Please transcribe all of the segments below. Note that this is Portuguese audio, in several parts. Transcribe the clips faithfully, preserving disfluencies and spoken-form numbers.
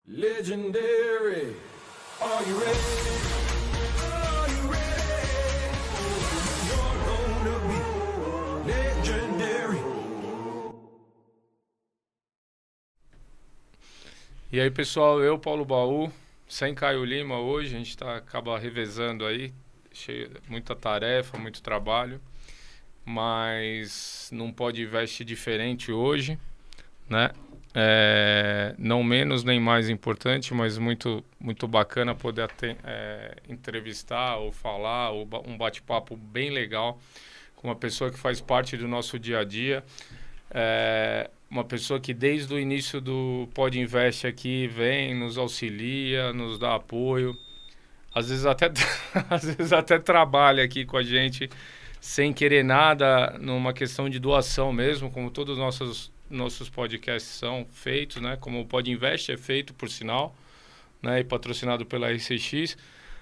Legendary, are you ready? Are you ready? You're gonna be legendary. E aí, pessoal, eu, Paulo Baú, sem Caio Lima hoje, a gente tá, acaba revezando aí, cheio, muita tarefa, muito trabalho, mas não pode vestir diferente hoje, né? É, não menos nem mais importante, mas muito, muito bacana poder até, é, entrevistar ou falar, ou um bate-papo bem legal com uma pessoa que faz parte do nosso dia a dia. É, uma pessoa que desde o início do Pod Invest aqui vem, nos auxilia, nos dá apoio. Às vezes até, às vezes até trabalha aqui com a gente sem querer nada, numa questão de doação mesmo, como todos os nossos nossos podcasts são feitos, né? Como o Pod Invest é feito, por sinal, né? E patrocinado pela R C X.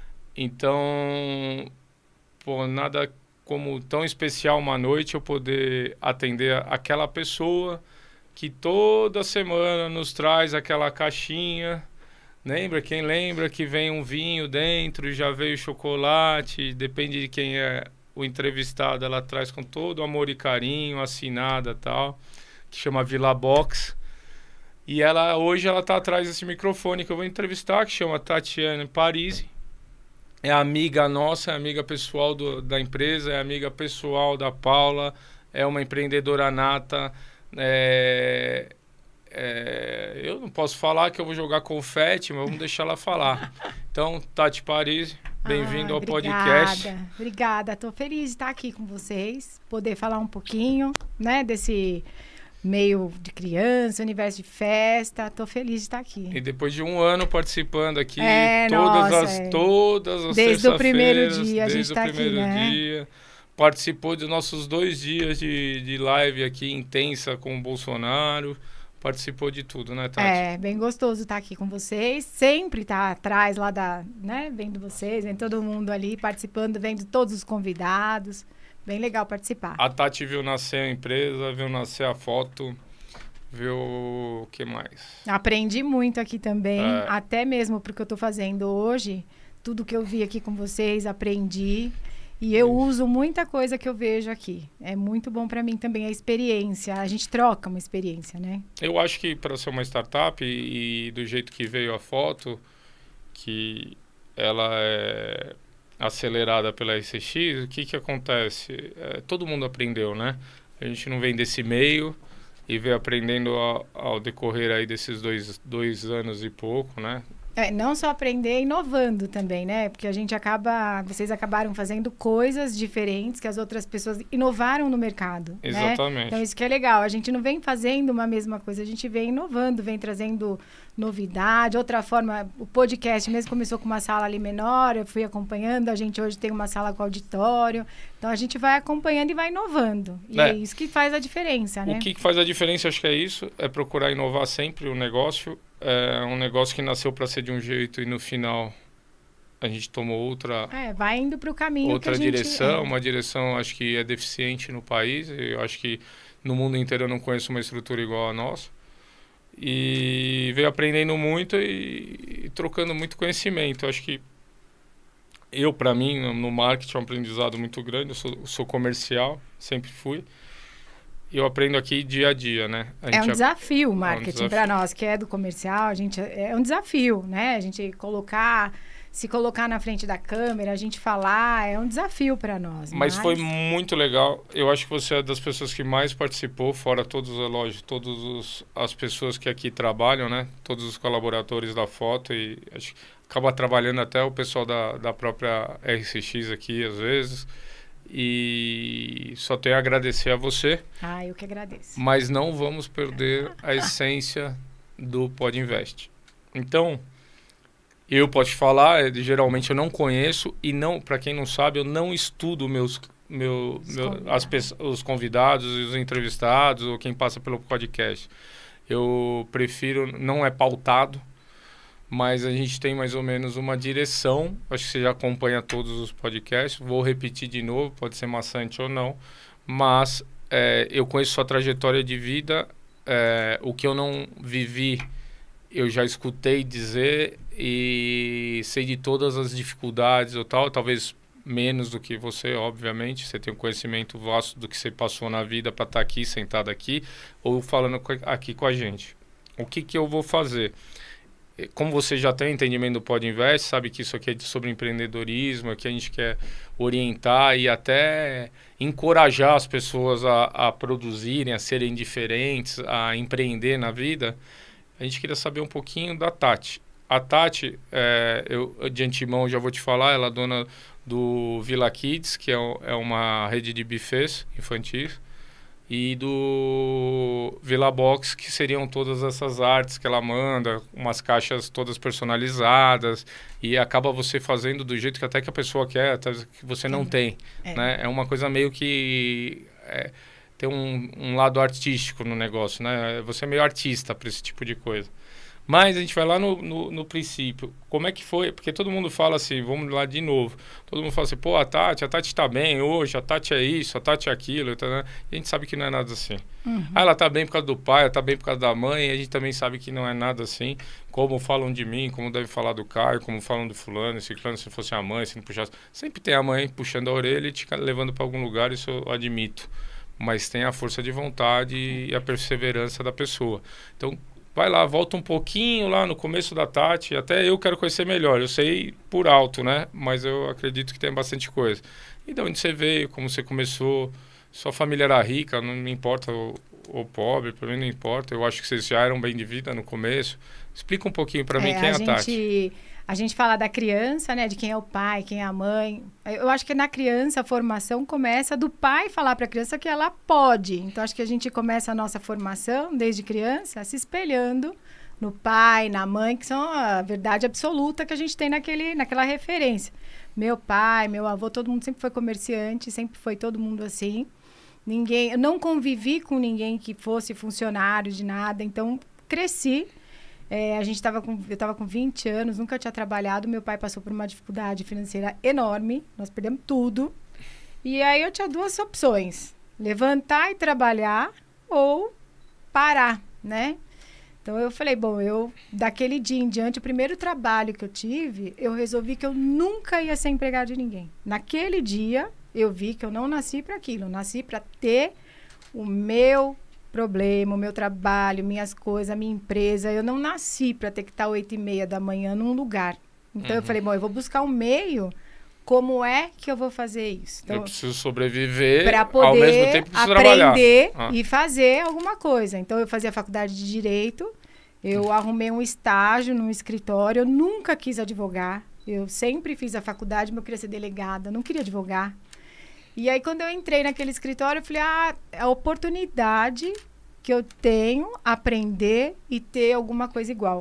Então, pô, nada como tão especial uma noite eu poder atender aquela pessoa que toda semana nos traz aquela caixinha. Lembra? Quem lembra que vem um vinho dentro, já veio chocolate, depende de quem é o entrevistado, ela traz com todo amor e carinho, assinada e tal, que chama Villa Box. E ela hoje ela tá atrás desse microfone que eu vou entrevistar, que chama Tatiane Parisi. É amiga nossa, é amiga pessoal do, da empresa, é amiga pessoal da Paula, é uma empreendedora nata. É, é, eu não posso falar que eu vou jogar confete, mas vamos deixar ela falar. Então, Tati Parisi, bem-vindo ah, ao obrigada, podcast. Obrigada, estou feliz de estar aqui com vocês, poder falar um pouquinho, né, desse meio de criança, universo de festa. Tô feliz de estar aqui. E depois de um ano participando aqui, é, todas, nossa, as, é. todas as desde o primeiro dia, a desde gente o tá primeiro aqui, né? dia. Participou dos nossos dois dias de, de live aqui intensa com o Bolsonaro. Participou de tudo, né, Tati? É, bem gostoso estar aqui com vocês. Sempre tá atrás lá da, né, vendo vocês, vendo todo mundo ali participando, vendo todos os convidados. Bem legal participar. A Tati viu nascer a empresa, viu nascer a foto, viu o que mais? Aprendi muito aqui também, É. até mesmo porque eu tô fazendo hoje. Tudo que eu vi aqui com vocês, aprendi. E eu Isso. uso muita coisa que eu vejo aqui. É muito bom para mim também a experiência. A gente troca uma experiência, né? Eu acho que para ser uma startup e, e do jeito que veio a foto, que ela é acelerada pela R C X, o que que acontece? É, todo mundo aprendeu, né? A gente não vem desse meio e veio aprendendo ao, ao decorrer aí desses dois, dois anos e pouco, né? É, não só aprender, inovando também, né? Porque a gente acaba... Vocês acabaram fazendo coisas diferentes que as outras pessoas inovaram no mercado, Exatamente. né? Então, isso que é legal. A gente não vem fazendo uma mesma coisa, a gente vem inovando, vem trazendo novidade. Outra forma, o podcast mesmo começou com uma sala ali menor, eu fui acompanhando, a gente hoje tem uma sala com auditório. Então, a gente vai acompanhando e vai inovando. E é, é isso que faz a diferença, né? O que faz a diferença, acho que é isso, é procurar inovar sempre o negócio. É um negócio que nasceu para ser de um jeito e no final a gente tomou outra, é, vai indo para o caminho outra que a gente, direção, é. uma direção acho que é deficiente no país. Eu acho que no mundo inteiro eu não conheço uma estrutura igual a nossa. E veio aprendendo muito e, e trocando muito conhecimento. Eu acho que eu, para mim, no marketing é um aprendizado muito grande. Eu sou, sou comercial, sempre fui. E eu aprendo aqui dia a dia, né? A é um gente desafio o marketing é um para nós, que é do comercial. A gente é um desafio, né? A gente colocar, se colocar na frente da câmera, a gente falar, é um desafio para nós. Mas, mas foi muito legal. Eu acho que você é das pessoas que mais participou, fora todos os relógios, todas as pessoas que aqui trabalham, né? Todos os colaboradores da foto e acho que acaba trabalhando até o pessoal da, da própria R C X aqui, às vezes. E só tenho a agradecer a você. Ah, eu que agradeço. Mas não vamos perder a essência do Pod Invest. Então, eu posso te falar, geralmente eu não conheço e não, para quem não sabe, eu não estudo meus, meu, os, meu, convidados. as pessoas, os convidados, os entrevistados ou quem passa pelo podcast. Eu prefiro, não é pautado, mas a gente tem mais ou menos uma direção. Acho que você já acompanha todos os podcasts. Vou repetir de novo, pode ser maçante ou não. Mas é, eu conheço sua trajetória de vida. É, o que eu não vivi eu já escutei dizer e sei de todas as dificuldades ou tal, talvez menos do que você, obviamente. Você tem um conhecimento vasto do que você passou na vida para estar aqui, sentado aqui, ou falando aqui com a gente. O que, que eu vou fazer? Como você já tem entendimento do Pod Invest, sabe que isso aqui é sobre empreendedorismo, aqui a gente quer orientar e até encorajar as pessoas a, a produzirem, a serem diferentes, a empreender na vida. A gente queria saber um pouquinho da Tati. A Tati, é, eu de antemão já vou te falar, ela é dona do Villa Kids, que é, é uma rede de buffets infantis, e do Villa Box, que seriam todas essas artes que ela manda, umas caixas todas personalizadas, e acaba você fazendo do jeito que até que a pessoa quer, até que você não tem. É, né? É uma coisa meio que... É, tem um, um lado artístico no negócio, né? Você é meio artista para esse tipo de coisa. Mas a gente vai lá no, no, no princípio. Como é que foi? Porque todo mundo fala assim, vamos lá de novo. Todo mundo fala assim, pô, a Tati, a Tati tá bem hoje, a Tati é isso, a Tati é aquilo. Tá, né? E a gente sabe que não é nada assim. Uhum. Ah, ela tá bem por causa do pai, ela tá bem por causa da mãe, e a gente também sabe que não é nada assim. Como falam de mim, como devem falar do Caio, como falam do fulano, se fulano, se fosse a mãe, se não puxasse. Sempre tem a mãe puxando a orelha e te levando para algum lugar, isso eu admito. Mas tem a força de vontade e a perseverança da pessoa. Então, vai lá, volta um pouquinho lá no começo da Tati. Até eu quero conhecer melhor. Eu sei por alto, né? Mas eu acredito que tem bastante coisa. E de onde você veio, como você começou. Sua família era rica, não me importa o, o pobre, para mim não importa. Eu acho que vocês já eram bem de vida no começo. Explica um pouquinho para mim é, quem é a gente... Tati. A gente fala da criança, né? De quem é o pai, quem é a mãe. Eu acho que na criança a formação começa do pai falar para a criança que ela pode. Então, acho que a gente começa a nossa formação desde criança se espelhando no pai, na mãe, que são a verdade absoluta que a gente tem naquele, naquela referência. Meu pai, meu avô, todo mundo sempre foi comerciante, sempre foi todo mundo assim. Ninguém, eu não convivi com ninguém que fosse funcionário de nada, então cresci. É, a gente tava com, eu estava com vinte anos, nunca tinha trabalhado. Meu pai passou por uma dificuldade financeira enorme. Nós perdemos tudo. E aí eu tinha duas opções. Levantar e trabalhar ou parar, né? Então eu falei, bom, eu daquele dia em diante, o primeiro trabalho que eu tive, eu resolvi que eu nunca ia ser empregada de ninguém. Naquele dia, eu vi que eu não nasci para aquilo. Eu nasci para ter o meu problema, o meu trabalho, minhas coisas, a minha empresa. Eu não nasci para ter que estar oito e meia da manhã num lugar. Então, uhum. eu falei, bom, eu vou buscar um meio, como é que eu vou fazer isso? Então, eu preciso sobreviver, para poder ao mesmo tempo preciso aprender ah. e fazer alguma coisa. Então, eu fazia faculdade de Direito, eu uhum. arrumei um estágio num escritório, eu nunca quis advogar, eu sempre fiz a faculdade, mas eu queria ser delegada, não queria advogar. E aí, quando eu entrei naquele escritório, eu falei, ah, a oportunidade que eu tenho, aprender e ter alguma coisa igual.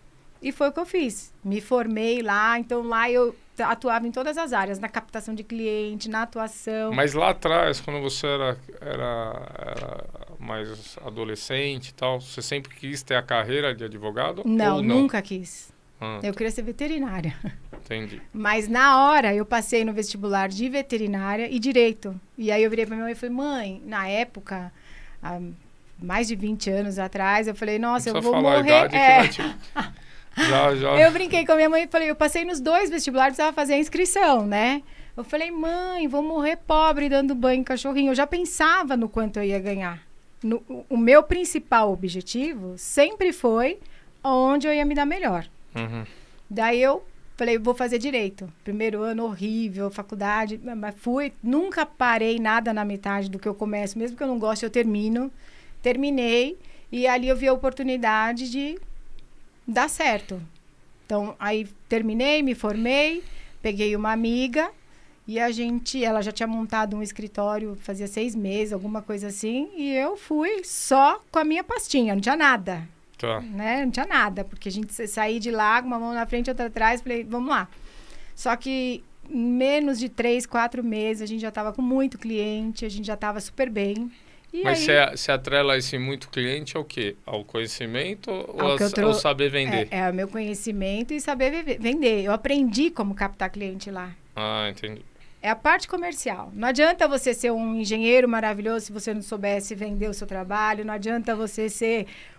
E foi o que eu fiz. Me formei lá, então lá eu atuava em todas as áreas, na captação de cliente, na atuação. Mas lá atrás, quando você era, era, era mais adolescente e tal, você sempre quis ter a carreira de advogado? Não, ou não? nunca quis. Ah. Eu queria ser veterinária. Entendi. Mas na hora eu passei no vestibular de veterinária e direito. E aí eu virei pra minha mãe e falei, mãe, na época, há mais de vinte anos atrás, eu falei, nossa, eu vou falar morrer. A idade é. que vai te... já, já. Eu brinquei com a minha mãe e falei, eu passei nos dois vestibulares, precisava fazer a inscrição, né? Eu falei, mãe, vou morrer pobre dando banho em cachorrinho. Eu já pensava no quanto eu ia ganhar. No, o meu principal objetivo sempre foi onde eu ia me dar melhor. Uhum. Daí eu falei, vou fazer direito. Primeiro ano horrível, faculdade, mas fui, nunca parei nada na metade do que eu começo, mesmo que eu não goste, eu termino. Terminei e ali eu vi a oportunidade de dar certo. Então, aí terminei, me formei, peguei uma amiga e a gente, ela já tinha montado um escritório, fazia seis meses, alguma coisa assim, e eu fui só com a minha pastinha, não tinha nada. Tá. Né? Não tinha nada, porque a gente saí de lá, uma mão na frente, outra atrás, falei, vamos lá. Só que em menos de três, quatro meses, a gente já estava com muito cliente, a gente já estava super bem. E Mas aí, você atrela esse muito cliente ao quê? Ao conhecimento ou ao, ao, trou- ao saber vender? É, é o meu conhecimento e saber viver, vender. Eu aprendi como captar cliente lá. Ah, entendi. É a parte comercial. Não adianta você ser um engenheiro maravilhoso se você não soubesse vender o seu trabalho. Não adianta você ser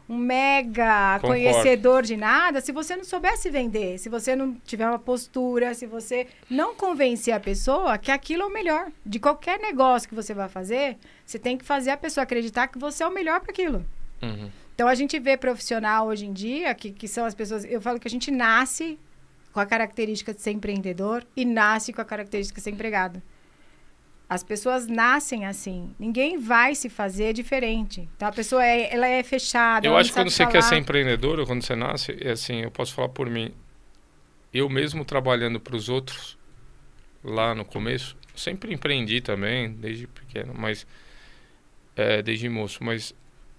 um mega Concordo. conhecedor de nada se você não souber se vender, se você não tiver uma postura, se você não convencer a pessoa que aquilo é o melhor. De qualquer negócio que você vai fazer, você tem que fazer a pessoa acreditar que você é o melhor para aquilo. Uhum. Então, a gente vê profissional hoje em dia, que, que são as pessoas... Eu falo que a gente nasce com a característica de ser empreendedor e nasce com a característica de ser empregado. As pessoas nascem assim. Ninguém vai se fazer diferente. Então, a pessoa é, ela é fechada. Eu ela acho que não quando sabe você quer falar. ser empreendedor, ou quando você nasce, é assim, eu posso falar por mim. Eu mesmo trabalhando para os outros, lá no começo, sempre empreendi também, desde pequeno, mas... É, desde moço, mas...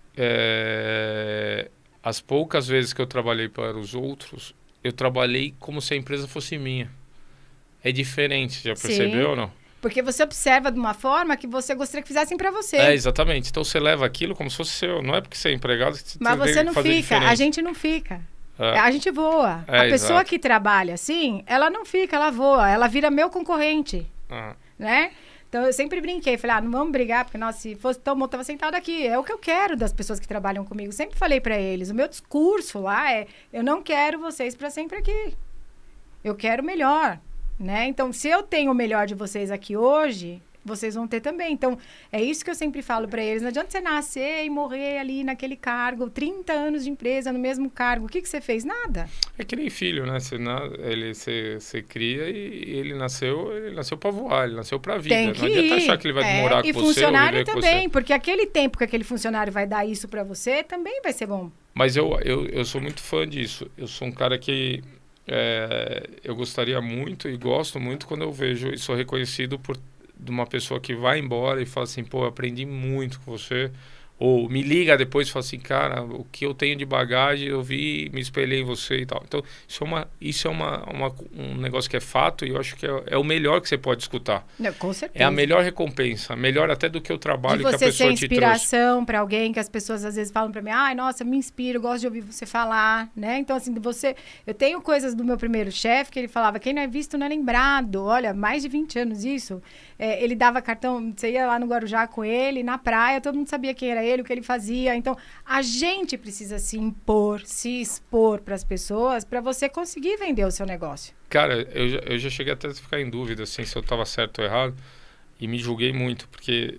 É, as poucas vezes que eu trabalhei para os outros, eu trabalhei como se a empresa fosse minha. É diferente, já percebeu Sim. ou não? Porque você observa de uma forma que você gostaria que fizessem para você. É, exatamente. Então você leva aquilo como se fosse seu. Não é porque você é empregado que você Mas tem você que não fazer fica. diferente. A gente não fica. É. A gente voa. É, a pessoa exato. que trabalha assim, ela não fica, ela voa. Ela vira meu concorrente, Ah, né? Então, eu sempre brinquei. Falei, ah, não vamos brigar, porque, nossa, se fosse tão bom, eu tava sentado aqui. É o que eu quero das pessoas que trabalham comigo. Sempre falei para eles. O meu discurso lá é, eu não quero vocês para sempre aqui. Eu quero o melhor, né? Então, se eu tenho o melhor de vocês aqui hoje, vocês vão ter também. Então, é isso que eu sempre falo para eles. Não adianta você nascer e morrer ali naquele cargo, trinta anos de empresa no mesmo cargo. O que, que você fez? Nada. é que nem filho, né? Você, na, ele, você, você cria e ele nasceu, ele nasceu para voar, ele nasceu para vida. Tem Não que adianta ir. achar que ele vai É, morar e com você ou funcionário viver com também, você. porque aquele tempo que aquele funcionário vai dar isso para você também vai ser bom. Mas eu, eu, eu sou muito fã disso. Eu sou um cara que é, eu gostaria muito e gosto muito quando eu vejo e sou reconhecido por de uma pessoa que vai embora e fala assim, pô, eu aprendi muito com você. Ou me liga depois e fala assim, cara, o que eu tenho de bagagem, eu vi, me espelhei em você e tal. Então, isso é, uma, isso é uma, uma, um negócio que é fato e eu acho que é, é o melhor que você pode escutar. Não, com certeza. É a melhor recompensa, melhor até do que o trabalho de que a você ser pessoa te trouxe. inspiração para alguém, que as pessoas às vezes falam para mim, ai, nossa, me inspiro, eu gosto de ouvir você falar, né? Então, assim, você... Eu tenho coisas do meu primeiro chefe que ele falava, quem não é visto não é lembrado. Olha, mais de vinte anos isso. É, ele dava cartão, você ia lá no Guarujá com ele, na praia, todo mundo sabia quem era ele, o que ele fazia. Então, a gente precisa se impor, se expor para as pessoas para você conseguir vender o seu negócio. Cara, eu já, eu já cheguei até a ficar em dúvida assim, se eu estava certo ou errado e me julguei muito, porque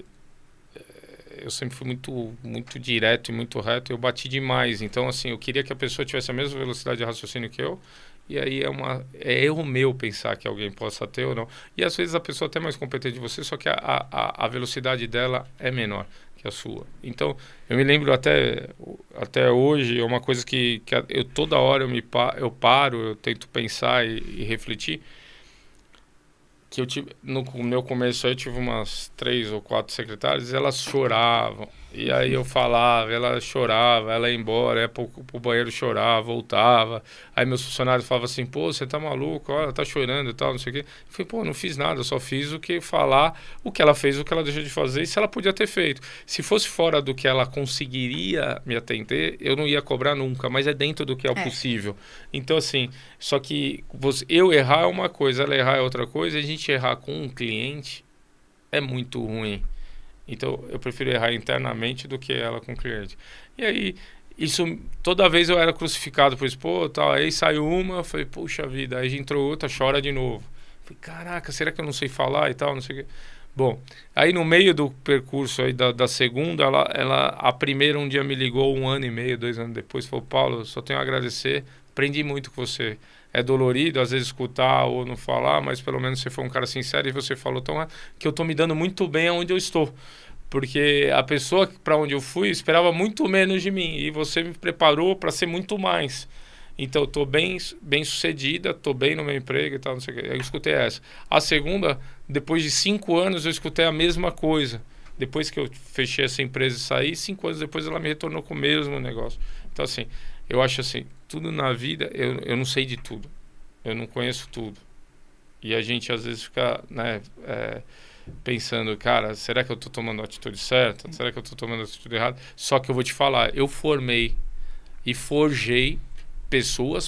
eu sempre fui muito, muito direto e muito reto e eu bati demais. Então, assim, eu queria que a pessoa tivesse a mesma velocidade de raciocínio que eu. E aí é, uma, é erro meu pensar que alguém possa ter ou não. E às vezes a pessoa é até mais competente de você, só que a, a, a velocidade dela é menor que a sua. Então, eu me lembro até, até hoje, é uma coisa que, que eu toda hora eu, me, eu paro, eu tento pensar e, e refletir. Que eu tive, no meu começo aí eu tive umas três ou quatro secretárias e elas choravam. E aí eu falava, ela chorava, ela ia embora, ia pro, pro banheiro chorar, voltava. Aí meus funcionários falavam assim, pô, você tá maluco, olha, tá chorando e tal, não sei o quê. Eu falei, pô, não fiz nada, eu só fiz o que falar, o que ela fez, o que ela deixou de fazer e se ela podia ter feito. Se fosse fora do que ela conseguiria me atender, eu não ia cobrar nunca, mas é dentro do que é o É. possível. Então, assim, só que você, eu errar é uma coisa, ela errar é outra coisa, e a gente errar com um cliente é muito ruim. Então, eu prefiro errar internamente do que ela com o cliente. E aí, isso, toda vez eu era crucificado por isso, pô, tal, aí saiu uma, eu falei, puxa vida, aí entrou outra, chora de novo. Falei, caraca, será que eu não sei falar e tal, não sei o quê. Bom, aí no meio do percurso aí da, da segunda, ela, ela, a primeira um dia me ligou um ano e meio, dois anos depois, falou, Paulo, eu só tenho a agradecer, aprendi muito com você. É dolorido, às vezes, escutar ou não falar, mas pelo menos você foi um cara sincero e você falou tão que eu estou me dando muito bem aonde eu estou. Porque a pessoa para onde eu fui esperava muito menos de mim e você me preparou para ser muito mais. Então, eu estou bem, bem sucedida, estou bem no meu emprego e tal, não sei o quê. Eu escutei essa. A segunda, depois de cinco anos, eu escutei a mesma coisa. Depois que eu fechei essa empresa e saí, cinco anos depois ela me retornou com o mesmo negócio. Então, assim, eu acho assim, tudo na vida, eu, eu não sei de tudo. Eu não conheço tudo. E a gente, às vezes, fica, né, é, pensando, cara, será que eu estou tomando a atitude certa? Será que eu estou tomando a atitude errada? Só que eu vou te falar, eu formei e forjei pessoas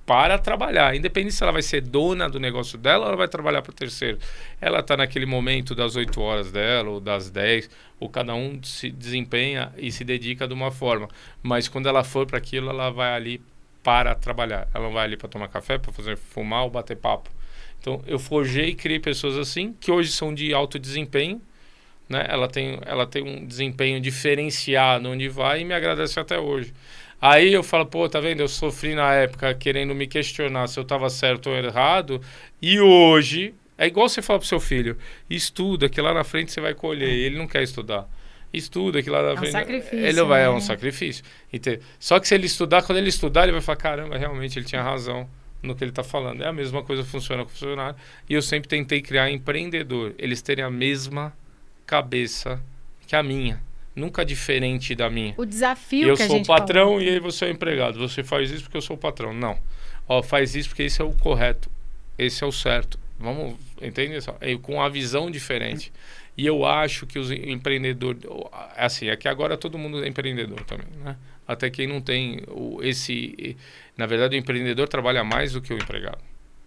para trabalhar. Independente se ela vai ser dona do negócio dela ou ela vai trabalhar para o terceiro. Ela está naquele momento das oito horas dela ou das dez, ou cada um se desempenha e se dedica de uma forma. Mas quando ela for para aquilo, ela vai ali para trabalhar. Ela não vai ali para tomar café, para fazer fumar ou bater papo. Então, eu forjei e criei pessoas assim, que hoje são de alto desempenho, né? Ela tem, ela tem um desempenho diferenciado onde vai e me agradece até hoje. Aí eu falo, pô, tá vendo? Eu sofri na época querendo me questionar se eu estava certo ou errado. E hoje, é igual você falar pro seu filho, estuda, que lá na frente você vai colher. Ele não quer estudar. Estuda, que lá na É um frente... sacrifício, Ele vai, né? é um sacrifício. Entende? Só que se ele estudar, quando ele estudar, ele vai falar, caramba, realmente ele tinha razão no que ele está falando. É a mesma coisa que funciona com o funcionário. E eu sempre tentei criar empreendedor. Eles terem a mesma cabeça que a minha. Nunca diferente da minha. O desafio eu que a sou o gente patrão coloca. e aí você é o empregado. Você faz isso porque eu sou o patrão. Não. Ó, faz isso porque esse é o correto. Esse é o certo. Vamos, entende? Só? É, com a visão diferente. E eu acho que os empreendedores... Assim, é que agora todo mundo é empreendedor também, né? Até quem não tem o, esse... Na verdade, o empreendedor trabalha mais do que o empregado.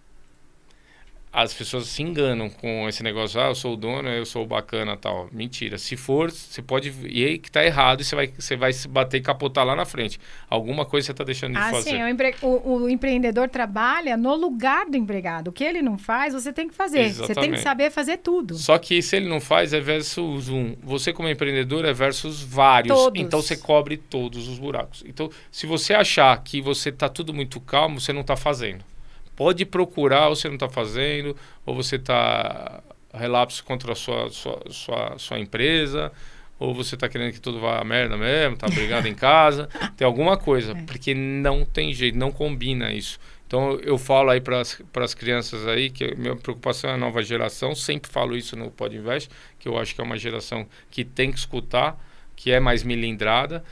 As pessoas se enganam com esse negócio, ah, eu sou o dono, eu sou o bacana, tal. Mentira. Se for, você pode... E aí que tá errado e você vai, você vai se bater e capotar lá na frente. Alguma coisa você tá deixando de Ah, fazer. sim, o, empre... o, o empreendedor trabalha no lugar do empregado. O que ele não faz, você tem que fazer. Você tem que Exatamente. saber fazer tudo. Só que se ele não faz, é versus um. Você como empreendedor é versus vários. Todos. Então você cobre todos os buracos. Então, se você achar que você tá tudo muito calmo, você não tá fazendo. Pode procurar, ou você não está fazendo, ou você está relapso contra a sua, sua, sua, sua empresa, ou você está querendo que tudo vá a merda mesmo, está brigado em casa, tem alguma coisa, É. porque não tem jeito, não combina isso. Então eu falo aí para as crianças aí, que a minha preocupação é a nova geração, sempre falo isso no Pod Invest, que eu acho que é uma geração que tem que escutar, que é mais milindrada,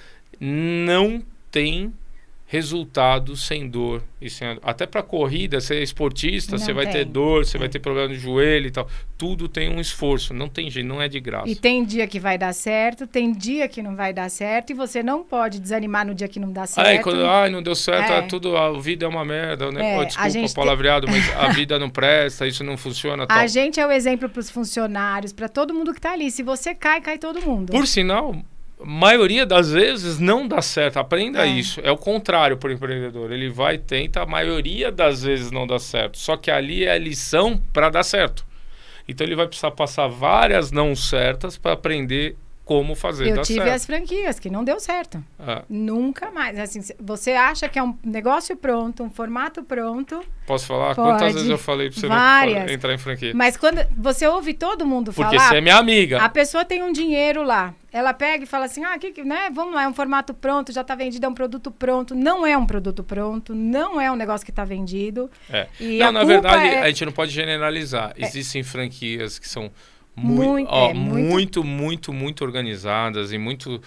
não tem resultado sem dor e sem... Até para corrida, ser esportista, Não você vai tem. ter dor, você vai ter problema no joelho e tal. Tudo tem um esforço, não tem jeito, não é de graça. E tem dia que vai dar certo, tem dia que não vai dar certo, e você não pode desanimar no dia que não dá certo. Aí, quando, ai, não deu certo, É. ah, tudo, a vida é uma merda, né? É, Oh, a desculpa gente o palavreado, mas a vida não presta, isso não funciona, tal. A gente é o exemplo para os funcionários, para todo mundo que está ali. Se você cai, cai todo mundo. Por sinal, maioria das vezes não dá certo. Aprenda É. isso. É o contrário para o empreendedor. Ele vai, tenta, a maioria das vezes não dá certo. Só que ali é a lição para dar certo. Então ele vai precisar passar várias não certas para aprender como fazer Eu dar tive certo. as franquias que não deu certo. Ah, Nunca mais. Assim, se- você acha que é um negócio pronto, um formato pronto, posso falar? Pode. Quantas vezes eu falei para você Várias. não entrar em franquia? mas quando você ouve todo mundo Porque falar, você é minha amiga. a pessoa tem um dinheiro lá. Ela pega e fala assim, ah, que, que- né, vamos lá, é um formato pronto, já está vendido, é um produto pronto. Não é um produto pronto, não é um negócio que está vendido. É. E Não, a na culpa verdade, é- a gente não pode generalizar. Existem franquias que são Muito, muito, ó, é, muito- muito, muito, muito organizadas e muito,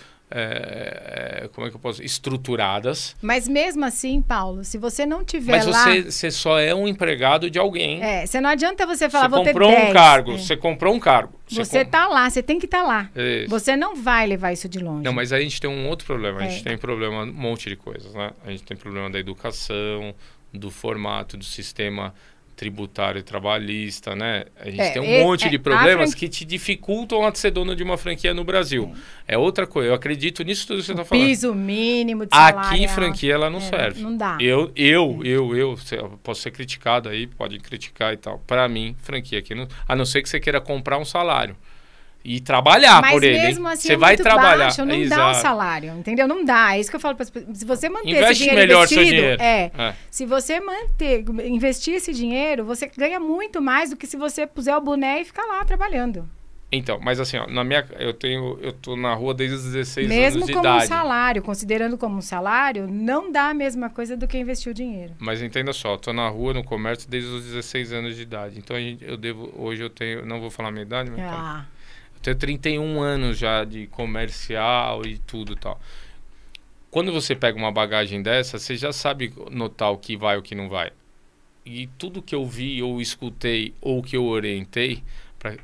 é, é, como é que eu posso, estruturadas. Mas mesmo assim, Paulo, se você não tiver Mas lá... você, você só é um empregado de alguém. É, você não adianta você falar, Você vou ter comprou um dez. cargo, É. você comprou um cargo. Você com- tá lá, você tem que estar lá. Isso. Você não vai levar isso de longe. Não, mas aí a gente tem um outro problema. A gente É. tem problema, um monte de coisas, né? A gente tem problema da educação, do formato, do sistema tributário e trabalhista, né? A gente É, tem um e- monte é, de a problemas franqui- que te dificultam a ser dono de uma franquia no Brasil. É, outra coisa. Eu acredito nisso tudo que você está falando. Piso mínimo de salário. Aqui, alto. franquia, ela não É, serve. Não dá. Eu, eu, eu, eu, se- eu posso ser criticado aí, pode criticar e tal. Para mim, franquia aqui, não, a não ser que você queira comprar um salário e trabalhar Mas por ele. mesmo hein? assim, Você é vai muito trabalhar. baixo, não dá o Exato. salário, entendeu? Não dá. É isso que eu falo para as pessoas. Se você manter Investe esse dinheiro melhor seu investido, dinheiro. é. É. Se você manter, investir esse dinheiro, você ganha muito mais do que se você puser o boné e ficar lá trabalhando. Então, mas assim, ó, na minha, eu tenho, eu tô na rua desde os dezesseis Mesmo anos de como idade. um salário, considerando como um salário, não dá a mesma coisa do que investir o dinheiro. Mas entenda só, eu tô na rua, no comércio desde os dezesseis anos de idade. Então a gente, eu devo, hoje eu tenho, não vou falar a minha idade, mas tá. Ah, Eu tenho trinta e um anos já de comercial e tudo e tal. Quando você pega uma bagagem dessa, você já sabe notar o que vai e o que não vai. E tudo que eu vi ou escutei ou que eu orientei, para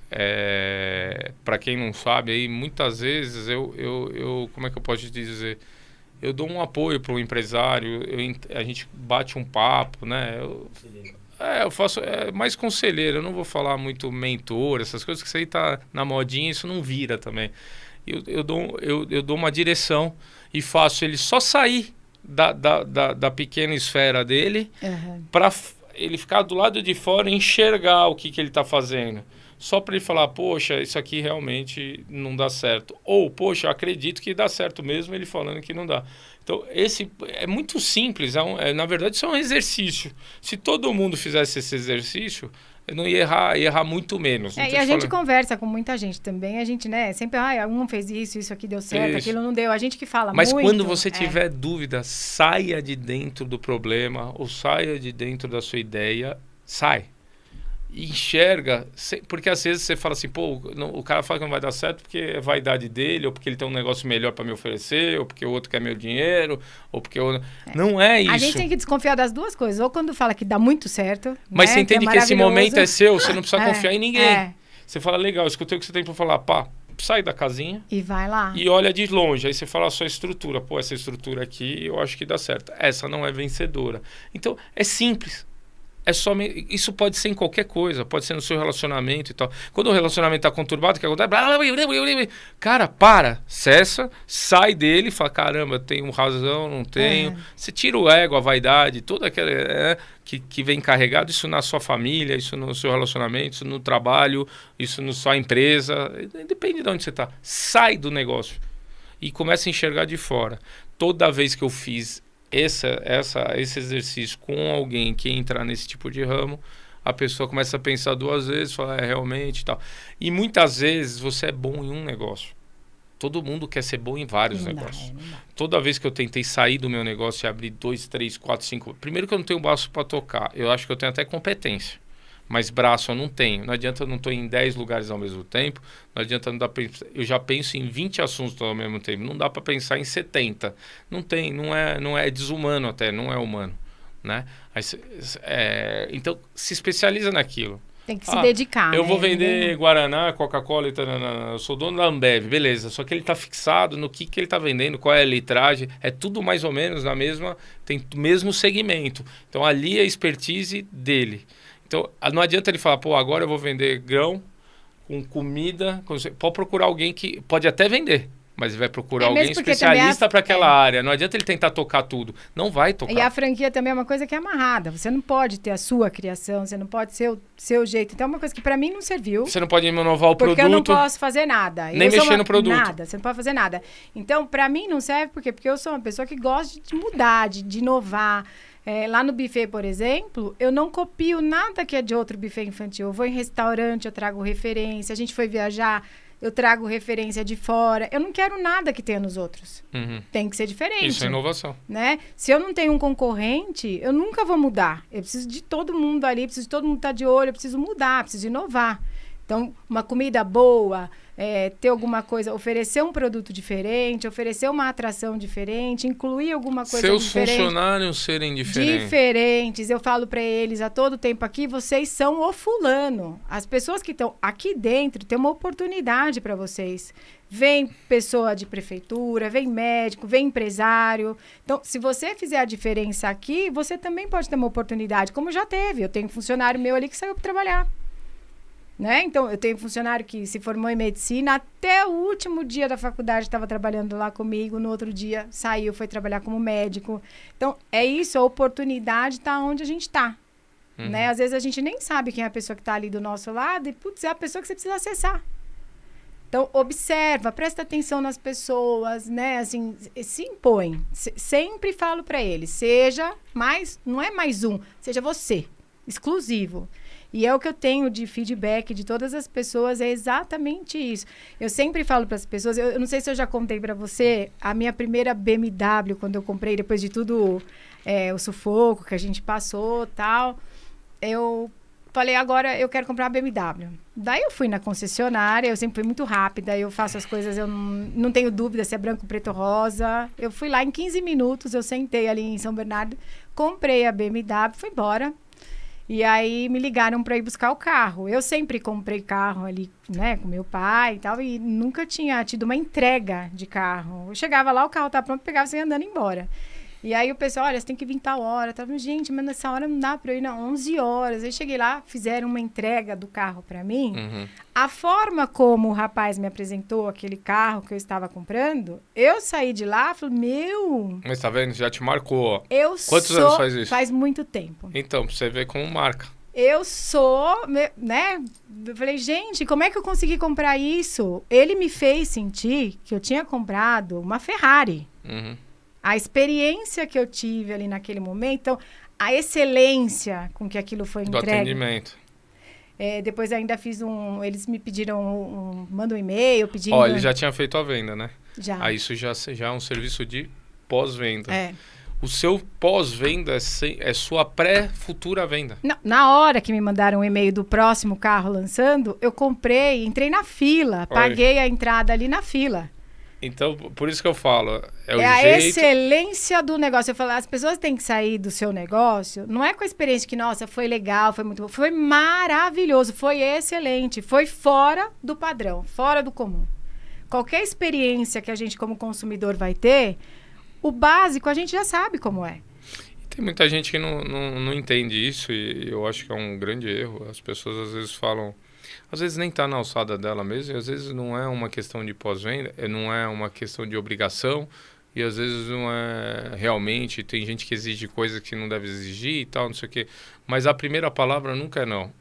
é, pra quem não sabe, aí muitas vezes eu, eu, eu, como é que eu posso te dizer? eu dou um apoio para o empresário, eu, a gente bate um papo, né? Eu, é, eu faço é, mais conselheiro, eu não vou falar muito mentor, essas coisas que isso aí tá na modinha, isso não vira também. Eu, eu, dou, eu, eu dou uma direção e faço ele só sair da, da, da, da pequena esfera dele uhum. para ele ficar do lado de fora e enxergar o que, que ele está fazendo. Só para ele falar, poxa, isso aqui realmente não dá certo. Ou, poxa, eu acredito que dá certo mesmo, ele falando que não dá. Então, esse é muito simples. É um, é, na verdade, isso é um exercício. Se todo mundo fizesse esse exercício, eu não ia errar, ia errar muito menos. É, e a gente conversa com muita gente também. A gente, né, sempre, ah, um fez isso, isso aqui deu certo, isso. aquilo não deu. A gente que fala Mas muito. Mas quando você é. tiver dúvida, saia de dentro do problema ou saia de dentro da sua ideia, sai. Enxerga, porque às vezes você fala assim, pô, não, o cara fala que não vai dar certo porque é vaidade dele, ou porque ele tem um negócio melhor para me oferecer, ou porque o outro quer meu dinheiro, ou porque eu... É. Não é isso. A gente tem que desconfiar das duas coisas, ou quando fala que dá muito certo, mas né, você entende que, é que esse momento é seu, você não precisa é, confiar em ninguém. É. Você fala, legal, escutei o que você tem para falar, pá, sai da casinha e vai lá e olha de longe, aí você fala a sua estrutura, pô, essa estrutura aqui eu acho que dá certo, essa não é vencedora. Então é simples. É só me... Isso pode ser em qualquer coisa, pode ser no seu relacionamento e tal. Quando o relacionamento está conturbado, o que acontece? Cara, para, cessa, sai dele e fala, caramba, tenho razão, não tenho. É. Você tira o ego, a vaidade, toda aquela é, que, que vem carregado, isso na sua família, isso no seu relacionamento, isso no trabalho, isso na sua empresa, depende de onde você está. Sai do negócio e começa a enxergar de fora. Toda vez que eu fiz Essa, essa, esse exercício com alguém que entrar nesse tipo de ramo, a pessoa começa a pensar duas vezes, fala, é, realmente e tal. E muitas vezes você é bom em um negócio. Todo mundo quer ser bom em vários não negócios. Dá, Toda vez que eu tentei sair do meu negócio e abrir dois, três, quatro, cinco... Primeiro que eu não tenho braço para tocar. Eu acho que eu tenho até competência. Mas braço eu não tenho. Não adianta eu não estou em dez lugares ao mesmo tempo. Não adianta não dar pra... Eu já penso em vinte assuntos ao mesmo tempo. Não dá para pensar em setenta. Não tem, não é, não é desumano até, não é humano, né? Aí, é, então se especializa naquilo. Tem que se ah, dedicar. Eu né? vou vender Guaraná, Coca-Cola e tal. Eu sou dono da Ambev, beleza. Só que ele está fixado no que, que ele está vendendo, qual é a litragem. É tudo mais ou menos na mesma, tem o mesmo segmento. Então ali é a expertise dele. Então, não adianta ele falar, pô, agora eu vou vender grão com comida. Com... Pode procurar alguém que pode até vender, mas vai procurar é alguém especialista para aquela é. área. Não adianta ele tentar tocar tudo. Não vai tocar. E a franquia também é uma coisa que é amarrada. Você não pode ter a sua criação, você não pode ser o seu jeito. Então, é uma coisa que para mim não serviu. Você não pode inovar o porque produto. Porque eu não posso fazer nada. Nem eu mexer uma... no produto. Nada, você não pode fazer nada. Então, para mim não serve por quê? Porque eu sou uma pessoa que gosta de mudar, de, de inovar. É, lá no buffet, por exemplo, eu não copio nada que é de outro buffet infantil. Eu vou em restaurante, eu trago referência. A gente foi viajar, eu trago referência de fora. Eu não quero nada que tenha nos outros. Uhum. Tem que ser diferente. Isso é inovação. Né? Se eu não tenho um concorrente, eu nunca vou mudar. Eu preciso de todo mundo ali, preciso de todo mundo estar de olho, eu preciso mudar, preciso inovar. Então, uma comida boa, é, ter alguma coisa, oferecer um produto diferente, oferecer uma atração diferente, incluir alguma coisa Seus diferente. Seus funcionários serem diferentes. Diferentes. Eu falo para eles a todo tempo aqui, vocês são o fulano. As pessoas que estão aqui dentro têm uma oportunidade para vocês. Vem pessoa de prefeitura, vem médico, vem empresário. Então, se você fizer a diferença aqui, você também pode ter uma oportunidade, como já teve. Eu tenho um funcionário meu ali que saiu para trabalhar. Né? Então, eu tenho um funcionário que se formou em medicina, até o último dia da faculdade estava trabalhando lá comigo, no outro dia saiu, foi trabalhar como médico. Então, é isso, a oportunidade está onde a gente está. Uhum. Né? Às vezes a gente nem sabe quem é a pessoa que está ali do nosso lado e, putz, é a pessoa que você precisa acessar. Então, observa, presta atenção nas pessoas, né? Assim, se impõe. Se, sempre falo para eles, seja mais, não é mais um, seja você, exclusivo. E é o que eu tenho de feedback de todas as pessoas, é exatamente isso. Eu sempre falo para as pessoas, eu, eu não sei se eu já contei para você, a minha primeira B M W, quando eu comprei, depois de tudo, é, o sufoco que a gente passou e tal, eu falei, agora eu quero comprar uma B M W. Daí eu fui na concessionária, eu sempre fui muito rápida, eu faço as coisas, eu não, não tenho dúvida se é branco, preto ou rosa. Eu fui lá em quinze minutos, eu sentei ali em São Bernardo, comprei a B M W, fui embora. E aí me ligaram para ir buscar o carro. Eu sempre comprei carro ali, né, com meu pai e tal, e nunca tinha tido uma entrega de carro. Eu chegava lá, o carro tá pronto, pegava e ia andando embora. E aí o pessoal, olha, você tem que vir tal hora. Tava, gente, mas nessa hora não dá para eu ir, não, onze horas. Aí cheguei lá, fizeram uma entrega do carro para mim. Uhum. A forma como o rapaz me apresentou aquele carro que eu estava comprando, eu saí de lá e falei, meu... Mas tá vendo? Já te marcou, ó. Eu Quantos sou... anos faz isso? Faz muito tempo. Então, pra você ver como marca. Eu sou, né? Eu falei, gente, como é que eu consegui comprar isso? Ele me fez sentir que eu tinha comprado uma Ferrari. Uhum. A experiência que eu tive ali naquele momento, então, a excelência com que aquilo foi Do entregue. atendimento. É, depois ainda fiz um... Eles me pediram, um, manda um e-mail pedindo... Ó, ele já tinha feito a venda, né? Já. Aí isso já, já é um serviço de pós-venda. É. O seu pós-venda é, se- é sua pré-futura venda. Na, na hora que me mandaram um e-mail do próximo carro lançando, eu comprei, entrei na fila, paguei a entrada ali na fila. Então, por isso que eu falo, é, o É a jeito... excelência do negócio. Eu falo, as pessoas têm que sair do seu negócio, não é com a experiência que, nossa, foi legal, foi muito bom. Foi maravilhoso, foi excelente, foi fora do padrão, fora do comum. Qualquer experiência que a gente como consumidor vai ter, o básico a gente já sabe como é. Tem muita gente que não, não, não entende isso e eu acho que é um grande erro. As pessoas às vezes falam... Às vezes nem está na alçada dela mesmo, e às vezes não é uma questão de pós-venda, eh, não é uma questão de obrigação, e às vezes não é realmente, tem gente que exige coisas que não deve exigir e tal, não sei o quê. Mas a primeira palavra nunca é não.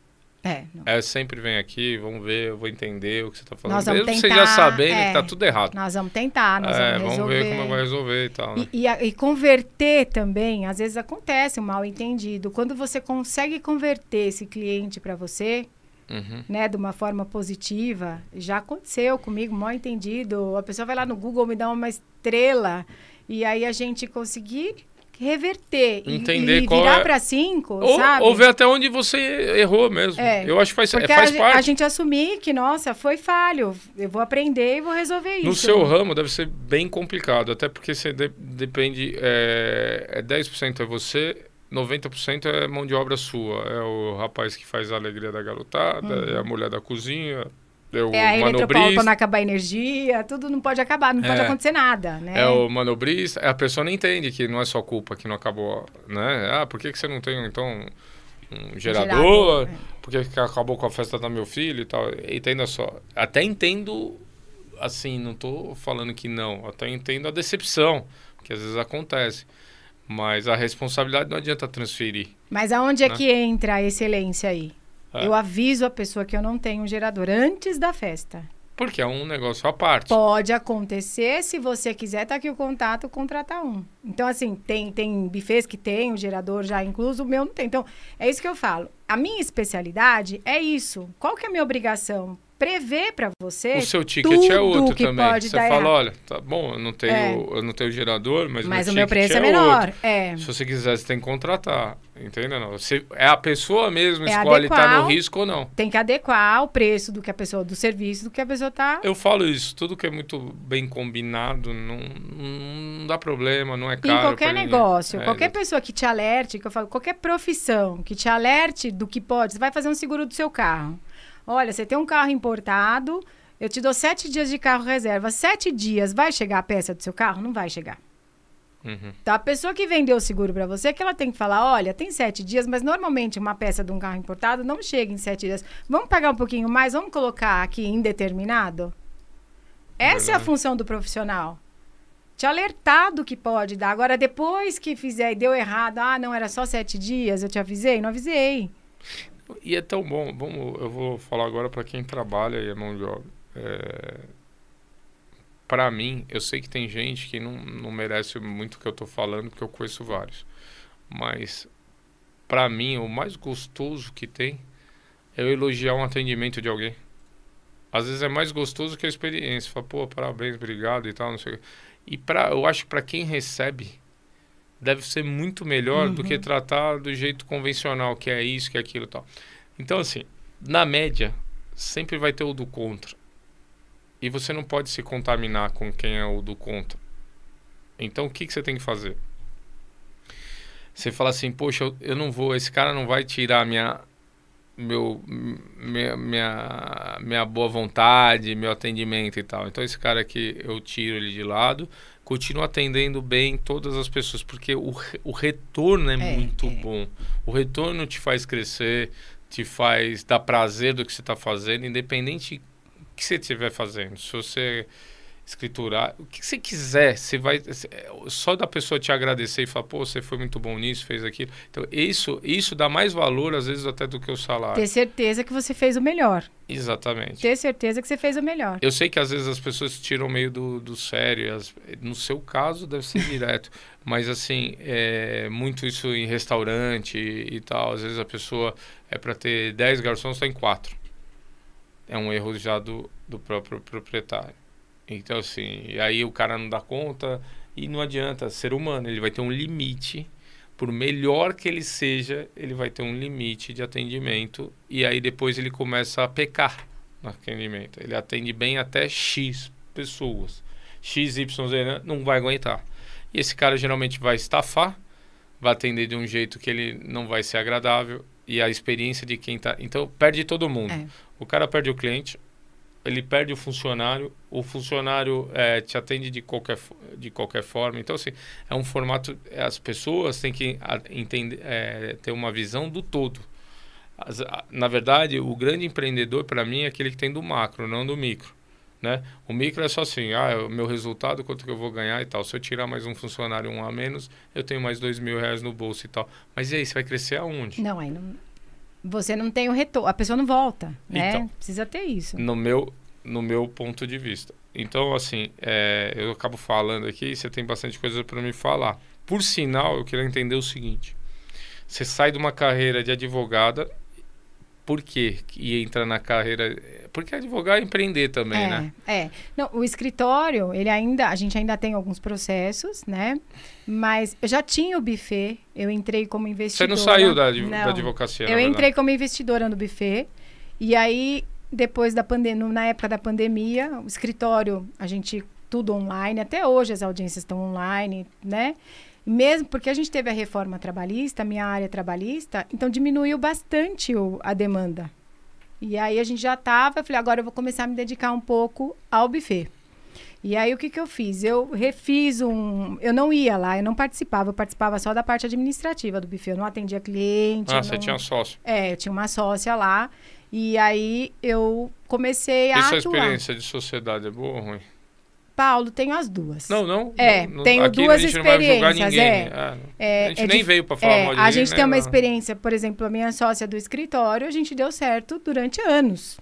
É, não. É sempre vem aqui, vamos ver, eu vou entender o que você está falando. Nós vamos Mesmo você tentar, já sabendo é, que está tudo errado. Nós vamos tentar, nós É, vamos vamos resolver. ver como vai resolver e tal, né? E, e, a- e converter também, às vezes acontece um mal entendido. Quando você consegue converter esse cliente para você, Uhum. né, de uma forma positiva, já aconteceu comigo, mal entendido. A pessoa vai lá no Google, me dá uma estrela, e aí a gente conseguir reverter e- Entender e, qual virar é- para cinco, Ou, sabe? ou ver até onde você errou mesmo. É, Eu acho que faz, Porque faz a, ge- parte. a gente assumir que, nossa, foi falho, eu vou aprender e vou resolver isso. No seu ramo deve ser bem complicado, até porque você de- depende, é, é dez por cento é você, noventa por cento é mão de obra sua. É o rapaz que faz a alegria da garotada, é a mulher da cozinha, é o É a Eletropaulo para manobrista, não acabar a energia, tudo não pode acabar, não pode É. acontecer nada, né? é o manobrista. A pessoa não entende que não é só culpa que não acabou, né? Ah, por que, que você não tem, então, um gerador? Gerador, é. Por que, que acabou com a festa do meu filho e tal? Entenda só. Até entendo, assim, não tô falando que não. Até entendo a decepção, que às vezes acontece. Mas a responsabilidade não adianta transferir. Mas aonde é Né? que entra a excelência aí? É. Eu aviso a pessoa que eu não tenho um gerador antes da festa. Porque é um negócio à parte. Pode acontecer, se você quiser, tá aqui o contato, contratar um. Então, assim, tem, tem bufês que tem o gerador já incluso, o meu não tem. Então, é isso que eu falo. A minha especialidade é isso. Qual que é a minha obrigação? Prever para você O seu ticket é tudo outro que também. pode Você dar fala, errado. olha, tá bom, eu não tenho, É. eu não tenho gerador, mas, Mas meu o meu ticket preço é é menor. outro. É. Se você quiser, você tem que contratar. Entendeu? Não? Você, é a pessoa mesmo É escolhe estar adequar no o- risco ou não. Tem que adequar o preço do que a pessoa, do serviço, do que a pessoa tá. Eu falo isso, tudo que é muito bem combinado não, não dá problema, não é Em caro. qualquer pra ninguém. negócio, É, qualquer exato. pessoa que te alerte, que eu falo, qualquer profissão que te alerte do que pode, você vai fazer um seguro do seu carro. Olha, você tem um carro importado, eu te dou sete dias de carro reserva. Sete dias, vai chegar a peça do seu carro? Não vai chegar. Uhum. Então, a pessoa que vendeu o seguro para você, que ela tem que falar, olha, tem sete dias, mas normalmente uma peça de um carro importado não chega em sete dias. Vamos pagar um pouquinho mais, vamos colocar aqui indeterminado? Essa é a Verdade. função do profissional. Te alertar do que pode dar. Agora, depois que fizer e deu errado, ah, não, era só sete dias, eu te avisei? Não avisei. E é tão bom, vamos, eu vou falar agora para quem trabalha e é mão de obra. É, para mim, eu sei que tem gente que não, não merece muito o que eu tô falando, porque eu conheço vários. Mas, para mim, o mais gostoso que tem é eu elogiar um atendimento de alguém. Às vezes é mais gostoso que a experiência. Fala, pô, parabéns, obrigado e tal, não sei o quê. E pra, eu acho que para quem recebe, deve ser muito melhor do que tratar do jeito convencional, que é isso, que é aquilo e tal. Então, assim, na média, sempre vai ter o do contra. E você não pode se contaminar com quem é o do contra. Então, o que, que você tem que fazer? Você fala assim, poxa, eu, eu não vou, esse cara não vai tirar minha, meu, minha, minha, minha boa vontade, meu atendimento e tal. Então esse cara aqui eu tiro ele de lado, continuo atendendo bem todas as pessoas, porque o, o retorno é, é muito é. bom. O retorno te faz crescer, te faz dar prazer do que você está fazendo, independente do que você estiver fazendo. Se você escriturar, o que você quiser, você vai só da pessoa te agradecer e falar, pô, você foi muito bom nisso, fez aquilo. Então, isso, isso dá mais valor, às vezes, até do que o salário. Ter certeza que você fez o melhor. Exatamente. Ter certeza que você fez o melhor. Eu sei que, às vezes, as pessoas tiram meio do, do sério. As, no seu caso, deve ser direto. Mas, assim, é muito isso em restaurante e, e tal. Às vezes, a pessoa é para ter dez garçons, tem quatro. É um erro já do, do próprio proprietário. Então, assim, e aí o cara não dá conta e não adianta, ser humano, ele vai ter um limite, por melhor que ele seja, ele vai ter um limite de atendimento e aí depois ele começa a pecar no atendimento. Ele atende bem até X pessoas, X, Y, Z, né? Não vai aguentar. E esse cara geralmente vai estafar, vai atender de um jeito que ele não vai ser agradável e a experiência de quem tá... Então, perde todo mundo. É. O cara perde o cliente, ele perde o funcionário, o funcionário é, te atende de qualquer, de qualquer forma. Então, assim, é um formato... As pessoas têm que a, entender, é, ter uma visão do todo. As, a, na verdade, o grande empreendedor, para mim, é aquele que tem do macro, não do micro. Né? O micro é só assim, ah, o meu resultado, quanto que eu vou ganhar e tal. Se eu tirar mais um funcionário, um a menos, eu tenho mais dois mil reais no bolso e tal. Mas e aí, você vai crescer aonde? Não, aí não... Você não tem o retorno, a pessoa não volta, né? Então, precisa ter isso. No meu, no meu ponto de vista. Então, assim, é, eu acabo falando aqui e você tem bastante coisa para me falar. Por sinal, eu queria entender o seguinte. Você sai de uma carreira de advogada, por quê? E entra na carreira... Porque advogar é empreender também, é, né? É, não, o escritório, ele ainda, a gente ainda tem alguns processos, né? Mas eu já tinha o buffet, eu entrei como investidora. Você não saiu da, da advocacia, eu entrei como investidora no buffet, e aí, depois da pandemia, na época da pandemia, o escritório, a gente, tudo online, até hoje as audiências estão online, né? Mesmo porque a gente teve a reforma trabalhista, a minha área trabalhista, então diminuiu bastante o, a demanda. E aí a gente já estava, eu falei, agora eu vou começar a me dedicar um pouco ao buffet. E aí o que que eu fiz? Eu refiz um... Eu não ia lá, eu não participava, eu participava só da parte administrativa do buffet, eu não atendia cliente. Ah, não... você tinha sócio. É, eu tinha uma sócia lá, e aí eu comecei a E sua atuar. experiência de sociedade é boa ou ruim? Paulo, tenho as duas. Não, não. É, não, tenho aqui duas a gente experiências. Não vai julgar ninguém. É, ah, é, a gente é nem de, veio para falar é, mal de A ninguém, gente né? tem uma experiência, por exemplo, a minha sócia do escritório, a gente deu certo durante anos,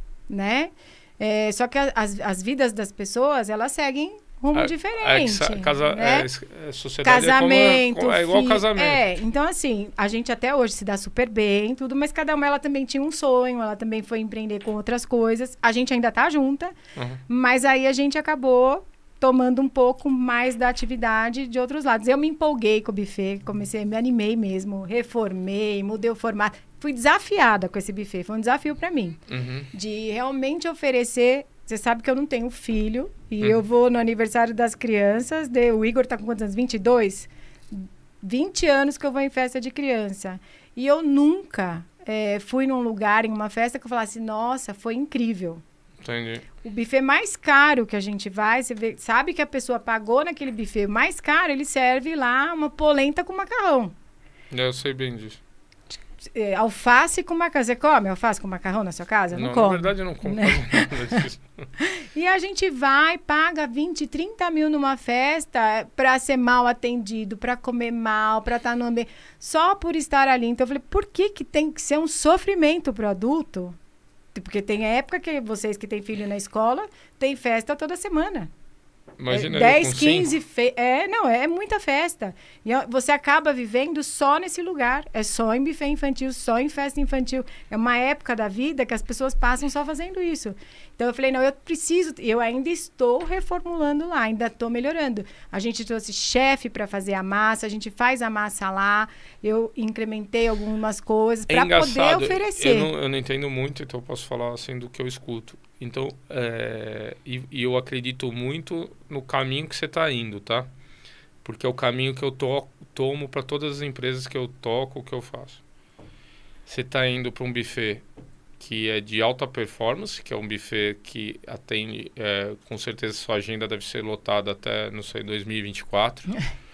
né? É, só que a, as, as vidas das pessoas, elas seguem rumo é, diferente. É, casa, né? é, sociedade casamento, é, como, é igual fi, casamento. É, então assim, a gente até hoje se dá super bem, tudo, mas cada uma ela também tinha um sonho, ela também foi empreender com outras coisas. A gente ainda tá junta, uhum. Mas aí a gente acabou tomando um pouco mais da atividade de outros lados. Eu me empolguei com o buffet, comecei, me animei mesmo, reformei, mudei o formato. Fui desafiada com esse buffet, foi um desafio para mim. Uhum. De realmente oferecer... Você sabe que eu não tenho filho, e uhum. eu vou no aniversário das crianças, de, o Igor tá com quantos anos? vinte e dois? vinte anos que eu vou em festa de criança. E eu nunca é, fui num lugar, em uma festa, que eu falasse, nossa, foi incrível. Entendi. O buffet mais caro que a gente vai, você vê, sabe que a pessoa pagou naquele buffet mais caro, ele serve lá uma polenta com macarrão. Eu sei bem disso. É, alface com macarrão. Você come alface com macarrão na sua casa? Não, não come. Na verdade, eu não como né? nada disso. E a gente vai, paga vinte, trinta mil numa festa para ser mal atendido, para comer mal, para estar no ambiente, só por estar ali. Então eu falei, por que que tem que ser um sofrimento pro adulto? Porque tem época que vocês que têm filho na escola, tem festa toda semana. Imagina é, dez, quinze fe... É, não, é muita festa. E você acaba vivendo só nesse lugar. É só em buffet infantil, só em festa infantil. É uma época da vida que as pessoas passam só fazendo isso. Então eu falei, não, eu preciso, eu ainda estou reformulando lá, ainda estou melhorando. A gente trouxe chefe para fazer a massa, a gente faz a massa lá, eu incrementei algumas coisas para poder oferecer. Eu não, eu não entendo muito, então eu posso falar assim do que eu escuto. Então, é, e, e eu acredito muito no caminho que você está indo, tá? porque é o caminho que eu to tomo para todas as empresas que eu toco, que eu faço. Você está indo para um buffet que é de alta performance, que é um buffet que atende, é, com certeza sua agenda deve ser lotada até, não sei, dois mil e vinte e quatro.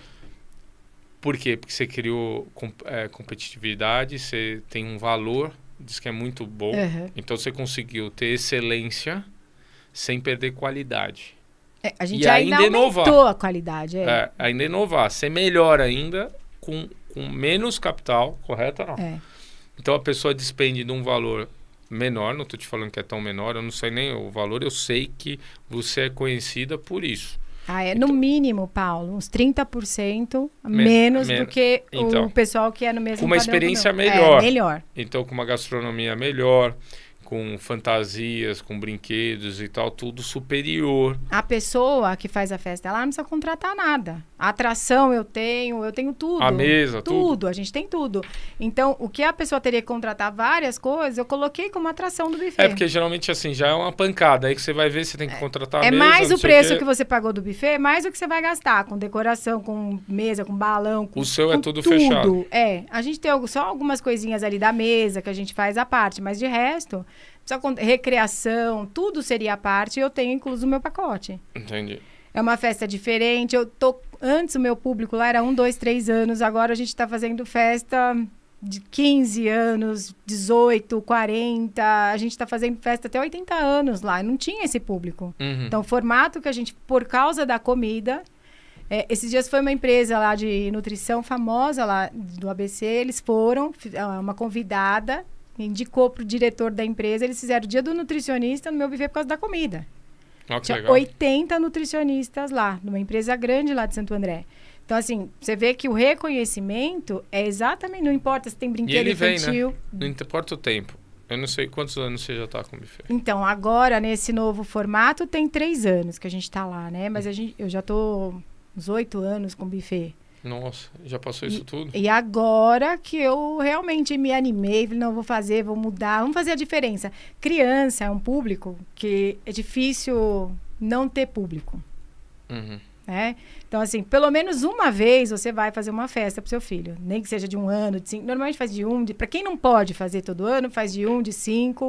Por quê? Porque você criou com, é, competitividade, você tem um valor, diz que é muito bom, Uhum. então você conseguiu ter excelência sem perder qualidade. É, a gente E ainda, ainda aumentou inovar. a qualidade. É. É, ainda inovar, ser melhor ainda com, com menos capital, correto ou não? É. Então a pessoa despende de um valor menor, não estou te falando que é tão menor, eu não sei nem o valor, eu sei que você é conhecida por isso. Ah, é Então- no mínimo, Paulo, uns trinta por cento Men- menos men- do que então, o pessoal que é no mesmo com uma padrão experiência que o meu. melhor. É, melhor. Então com uma gastronomia melhor, com fantasias, com brinquedos e tal, tudo superior. A pessoa que faz a festa, ela não precisa contratar nada. A atração eu tenho, eu tenho tudo. A mesa, tudo. Tudo, a gente tem tudo. Então, o que a pessoa teria que contratar várias coisas, eu coloquei como atração do buffet. É porque geralmente assim, já é uma pancada, aí que você vai ver, você tem que contratar a É mesa, mais não o sei preço quê. que você pagou do buffet, mais o que você vai gastar com decoração, com mesa, com balão, com O seu é com tudo fechado. É, a gente tem algo- só algumas coisinhas ali da mesa que a gente faz à parte, mas de resto, só com recreação, tudo seria à parte e eu tenho incluso no meu pacote. Entendi. É uma festa diferente. Eu tô antes o meu público lá era um, dois, três anos. Agora a gente está fazendo festa de quinze anos, dezoito, quarenta. A gente está fazendo festa até oitenta anos lá. Não tinha esse público. Uhum. Então, o formato que a gente, por causa da comida, é, esses dias foi uma empresa lá de nutrição famosa lá do A B C. Eles foram, fi- ah, uma convidada indicou pro diretor da empresa. Eles fizeram o dia do nutricionista no meu buffet por causa da comida. Ó, que Tinha legal. oitenta nutricionistas lá, numa empresa grande lá de Santo André. Então, assim, você vê que o reconhecimento é exatamente... Não importa se tem E brinquedo ele vem, né? infantil. Não importa o tempo. Eu não sei quantos anos você já tá com o buffet. Então, agora, nesse novo formato, tem três anos que a gente tá lá, né? Mas a gente, eu já tô uns oito anos com buffet. Nossa, já passou isso tudo? E agora que eu realmente me animei, falei, não, vou fazer, vou mudar, vamos fazer a diferença. Criança é um público que é difícil não ter público. Uhum. Né? Então, assim, pelo menos uma vez você vai fazer uma festa pro seu filho. Nem que seja de um ano, de cinco. Normalmente faz de um. De... Para quem não pode fazer todo ano, faz de um, de cinco,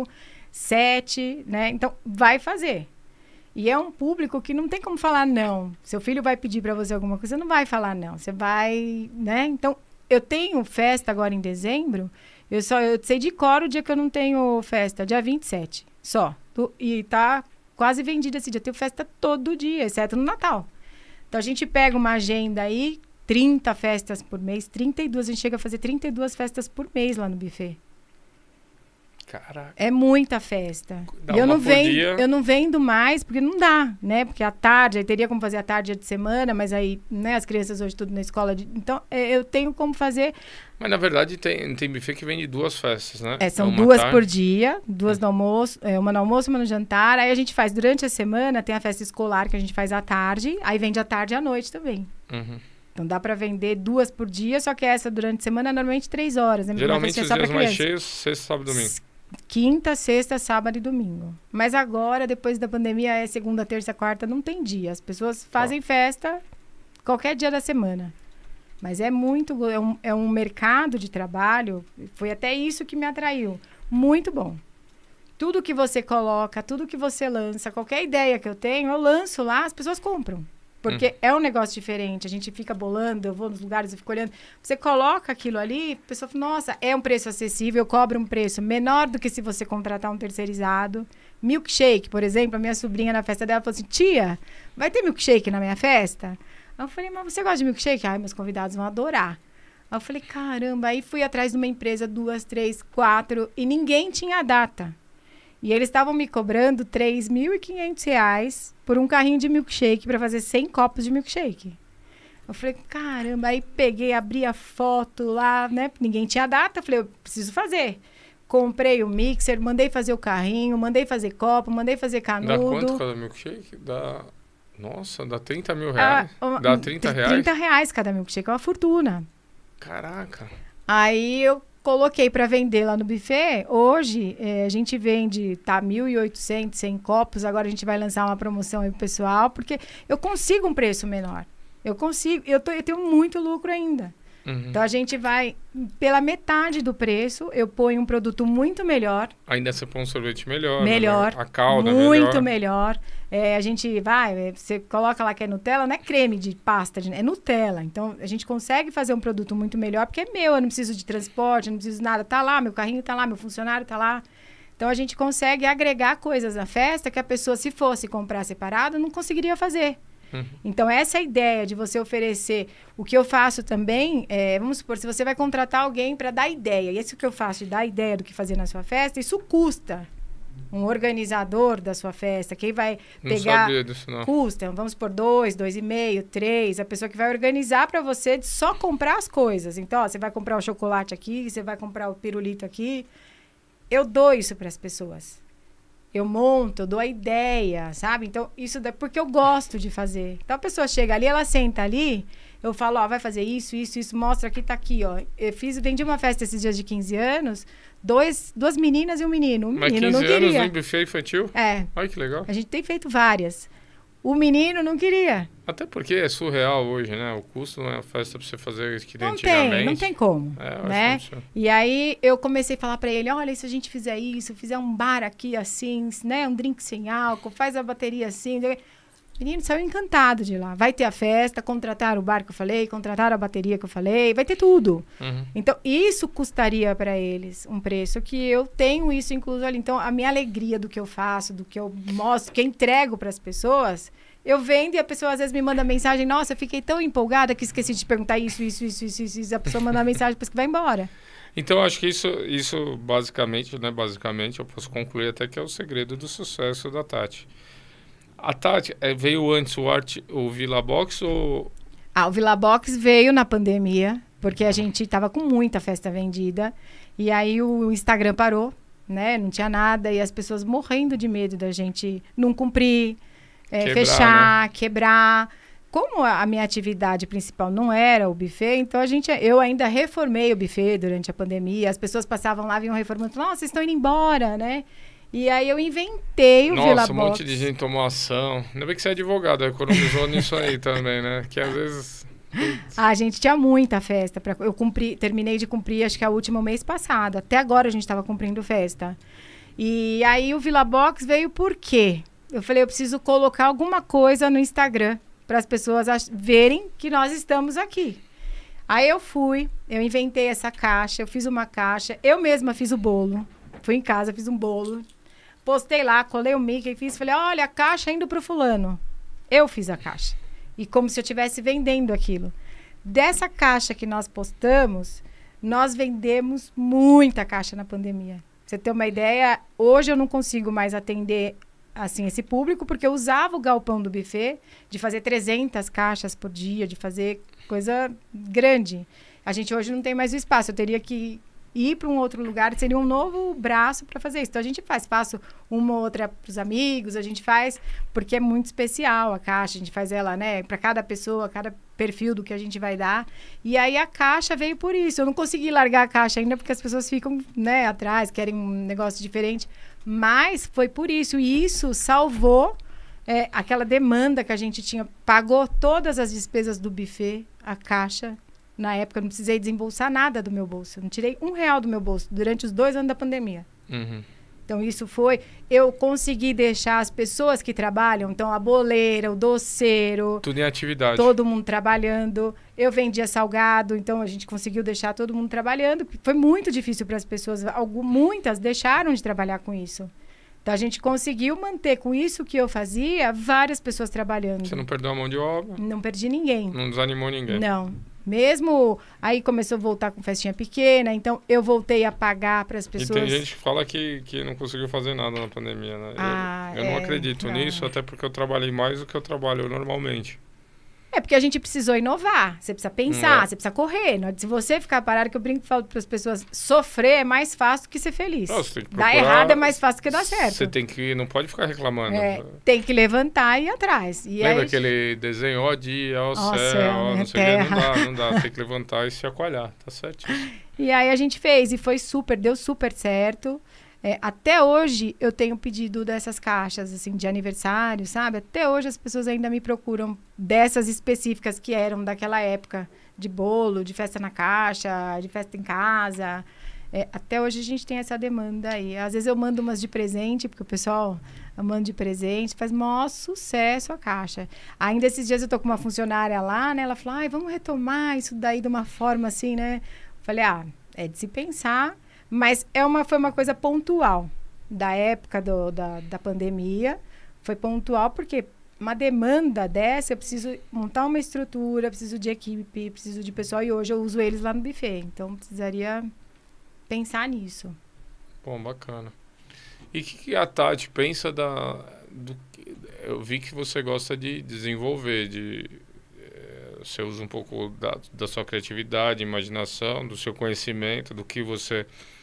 sete, né? Então, vai fazer. E é um público que não tem como falar não. Seu filho vai pedir para você alguma coisa, você não vai falar não. Você vai, né? Então, eu tenho festa agora em dezembro. Eu só eu sei de cor o dia que eu não tenho festa, dia vinte e sete, só. Tu- E tá quase vendido esse dia. Eu tenho festa todo dia, exceto no Natal. Então, a gente pega uma agenda aí, trinta festas por mês, trinta e duas. A gente chega a fazer trinta e duas festas por mês lá no buffet. Caraca. É muita festa. Dá E eu uma não por vendo, dia. eu não vendo mais, porque não dá, né? Porque à tarde, aí teria como fazer à tarde dia de semana, mas aí, né, as crianças hoje tudo na escola. De, então, é, eu tenho como fazer. Mas na verdade tem, tem buffet que vende duas festas, né? É, são Uma duas tarde. por dia, duas no almoço, é, uma no almoço, uma no jantar. Aí a gente faz durante a semana, tem a festa escolar que a gente faz à tarde, aí vende à tarde e à noite também. Uhum. Então dá pra vender duas por dia, só que essa durante a semana é normalmente três horas, né? Uma Geralmente festinha os só pra dias mais criança. cheios, sexta, sábado e domingo. Quinta, sexta, sábado e domingo. Mas agora, depois da pandemia, é segunda, terça, quarta, não tem dia. As pessoas fazem festa qualquer dia da semana. Mas é muito... go- É um, é um mercado de trabalho, foi até isso que me atraiu. Muito bom. Tudo que você coloca, tudo que você lança, qualquer ideia que eu tenho, eu lanço lá, as pessoas compram. Porque é um negócio diferente, a gente fica bolando, eu vou nos lugares, eu fico olhando. Você coloca aquilo ali, a pessoa fala, nossa, é um preço acessível, eu cobro um preço menor do que se você contratar um terceirizado. Milkshake, por exemplo, a minha sobrinha na festa dela falou assim, tia, vai ter milkshake na minha festa? Aí eu falei, mas você gosta de milkshake? Ai, meus convidados vão adorar. Aí eu falei, caramba, aí fui atrás de uma empresa, duas, três, quatro, e ninguém tinha data. E eles estavam me cobrando três mil e quinhentos reais por um carrinho de milkshake para fazer cem copos de milkshake. Eu falei, caramba, aí peguei, abri a foto lá, né? Ninguém tinha data, eu falei, eu preciso fazer. Comprei o mixer, mandei fazer o carrinho, mandei fazer copo, mandei fazer canudo. Dá quanto cada milkshake? Dá... Nossa, dá trinta mil Ah, reais. uma- Dá trinta reais? trinta reais cada milkshake, é uma fortuna. Caraca. Aí eu coloquei para vender lá no buffet. Hoje, eh, a gente vende, tá, mil e oitocentos, cem copos. Agora a gente vai lançar uma promoção aí pro pessoal, porque eu consigo um preço menor. Eu consigo, eu, tô, eu tenho muito lucro ainda. Uhum. Então, a gente vai pela metade do preço, eu ponho um produto muito melhor. Ainda você põe um sorvete melhor. Melhor. Né? A calda muito melhor. melhor. É, a gente vai, você coloca lá que é Nutella, não é creme de pasta, é Nutella. Então, a gente consegue fazer um produto muito melhor, porque é meu, eu não preciso de transporte, eu não preciso de nada. Tá lá, meu carrinho tá lá, meu funcionário tá lá. Então, a gente consegue agregar coisas na festa que a pessoa, se fosse comprar separado, não conseguiria fazer. Uhum. Então, essa é a ideia de você oferecer. O que eu faço também, é, vamos supor, se você vai contratar alguém para dar ideia, e isso que eu faço, de dar ideia do que fazer na sua festa, isso custa. Um organizador da sua festa, quem vai não pegar, sabia disso, não. Custa, vamos por dois, dois e meio, três, a pessoa que vai organizar para você de só comprar as coisas. Então, ó, você vai comprar o chocolate aqui, você vai comprar o pirulito aqui. Eu dou isso para as pessoas. Eu monto, eu dou a ideia, sabe? Então, isso é porque eu gosto de fazer. Então, a pessoa chega ali, ela senta ali, eu falo, ó, vai fazer isso, isso, isso, mostra aqui, tá aqui, ó. Eu fiz, vendi uma festa esses dias de quinze anos, dois, duas meninas e um menino. O menino não queria. Mas quinze anos em buffet infantil? É. Olha que legal. A gente tem feito várias. O menino não queria. Até porque é surreal hoje, né? O custo não é uma festa pra você fazer isso que Não antigamente. tem, não tem como, É, eu né? acho que E aí eu comecei a falar pra ele, olha, se a gente fizer isso, fizer um bar aqui assim, né? Um drink sem álcool, faz a bateria assim. O menino saiu encantado de lá. Vai ter a festa, contrataram o bar que eu falei, contrataram a bateria que eu falei, vai ter tudo. Uhum. Então, isso custaria para eles um preço que eu tenho isso incluso ali. Então, a minha alegria do que eu faço, do que eu mostro, que eu entrego para as pessoas... Eu vendo e a pessoa às vezes me manda mensagem, nossa, eu fiquei tão empolgada que esqueci de perguntar isso, isso, isso, isso, isso, isso. A pessoa manda mensagem, depois que vai embora. Então, acho que isso, isso basicamente, né, basicamente, eu posso concluir até que é o segredo do sucesso da Tati. A Tati, é, veio antes o, Art, o Villa Box ou... Ah, o Villa Box veio na pandemia, porque a gente estava com muita festa vendida, e aí o Instagram parou, né, não tinha nada, e as pessoas morrendo de medo da gente não cumprir, É, Quebrar, fechar, né? quebrar. Como a, a minha atividade principal não era o buffet, então a gente, eu ainda reformei o buffet durante a pandemia. As pessoas passavam lá, vinham reformando, falavam, nossa, vocês estão indo embora, né? E aí eu inventei o Nossa, Villa um Box. monte de gente tomou ação. Ainda bem que você é advogado, economizou nisso aí também, né? Que às vezes... A gente tinha muita festa. Pra, eu cumpri, terminei de cumprir, acho que a última mês passado. Até agora a gente estava cumprindo festa. E aí o Villa Box veio por quê? Eu falei, eu preciso colocar alguma coisa no Instagram para as pessoas verem que nós estamos aqui. Aí eu fui, eu inventei essa caixa, eu fiz uma caixa, eu mesma fiz o bolo. Fui em casa, fiz um bolo. Postei lá, colei o Mickey, fiz, falei, olha, a caixa indo pro fulano. Eu fiz a caixa. E como se eu estivesse vendendo aquilo. Dessa caixa que nós postamos, nós vendemos muita caixa na pandemia. Pra você ter uma ideia, hoje eu não consigo mais atender assim, esse público, porque eu usava o galpão do buffet de fazer trezentas caixas por dia, de fazer coisa grande. A gente hoje não tem mais o espaço, eu teria que ir para um outro lugar, seria um novo braço para fazer isso. Então, a gente faz, faço uma ou outra para os amigos, a gente faz, porque é muito especial a caixa, a gente faz ela, né, para cada pessoa, cada perfil do que a gente vai dar. E aí, a caixa veio por isso. Eu não consegui largar a caixa ainda, porque as pessoas ficam, né, atrás, querem um negócio diferente. Mas foi por isso. E isso salvou é, aquela demanda que a gente tinha. Pagou todas as despesas do buffet, a caixa. Na época, eu não precisei desembolsar nada do meu bolso. Eu não tirei um real do meu bolso durante os dois anos da pandemia. Uhum. Então, isso foi... Eu consegui deixar as pessoas que trabalham, então, a boleira, o doceiro... Tudo em atividade. Todo mundo trabalhando. Eu vendia salgado, então, a gente conseguiu deixar todo mundo trabalhando. Foi muito difícil para as pessoas. Algum, muitas deixaram de trabalhar com isso. Então, a gente conseguiu manter com isso que eu fazia, várias pessoas trabalhando. Você não perdeu a mão de obra? Não perdi ninguém. Não desanimou ninguém? Não. Mesmo aí começou a voltar com festinha pequena, então eu voltei a pagar para as pessoas. E tem gente que fala que, que não conseguiu fazer nada na pandemia, né? Ah, eu eu é, não acredito não. nisso, até porque eu trabalhei mais do que eu trabalho normalmente. É porque a gente precisou inovar. Você precisa pensar, é. você precisa correr. Não, se você ficar parado, que eu brinco e falo para as pessoas, sofrer é mais fácil do que ser feliz. Não, você tem que Dar procurar- errado é mais fácil do que dar certo. Você tem que, não pode ficar reclamando. É, tem que levantar e ir atrás. E Lembra aí, aquele desenho, ó dia, ó Ó céu, céu, ó, né, não sei o que, não terra. dá, não dá. Tem que levantar e se acolher, tá certo? E aí a gente fez e foi super, deu super certo. É, até hoje eu tenho pedido dessas caixas, assim, de aniversário, sabe? Até hoje as pessoas ainda me procuram dessas específicas que eram daquela época, de bolo, de festa na caixa, de festa em casa. É, até hoje a gente tem essa demanda aí. Às vezes eu mando umas de presente, porque o pessoal eu mando de presente, faz maior sucesso a caixa. Ainda esses dias eu tô com uma funcionária lá, né? Ela falou, ai, vamos retomar isso daí de uma forma assim, né? Falei, ah, é de se pensar. Mas é uma, foi uma coisa pontual da época do, da, da pandemia. Foi pontual porque uma demanda dessa, eu preciso montar uma estrutura, preciso de equipe, preciso de pessoal. E hoje eu uso eles lá no buffet. Então, precisaria pensar nisso. Bom, bacana. E o que, que a Tati pensa da... Do, eu vi que você gosta de desenvolver, de... Você usa um pouco da, da sua criatividade, imaginação, do seu conhecimento, do que você...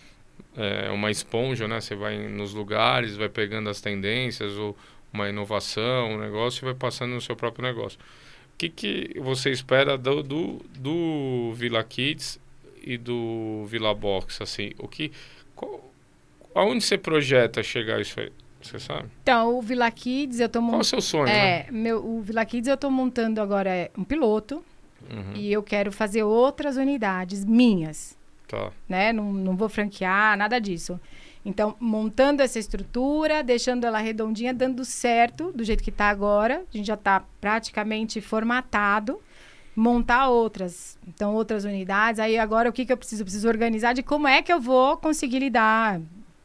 É uma esponja, né? Você vai nos lugares, vai pegando as tendências, ou uma inovação, um negócio, e vai passando no seu próprio negócio. O que, que você espera do, do, do Villa Kids e do Villa Box? Assim, o que, qual, aonde você projeta chegar isso aí? Você sabe? Então, o Villa Kids, eu tô montando... Qual é o seu sonho, é, né? meu, o Villa Kids eu tô montando agora um piloto. Uhum. E eu quero fazer outras unidades minhas. Tá. Né? Não, não vou franquear, nada disso. Então, montando essa estrutura, deixando ela redondinha, dando certo, do jeito que está agora. A gente já está praticamente formatado. Montar outras. Então, outras unidades. Aí, agora, o que, que eu preciso? Eu preciso organizar de como é que eu vou conseguir lidar.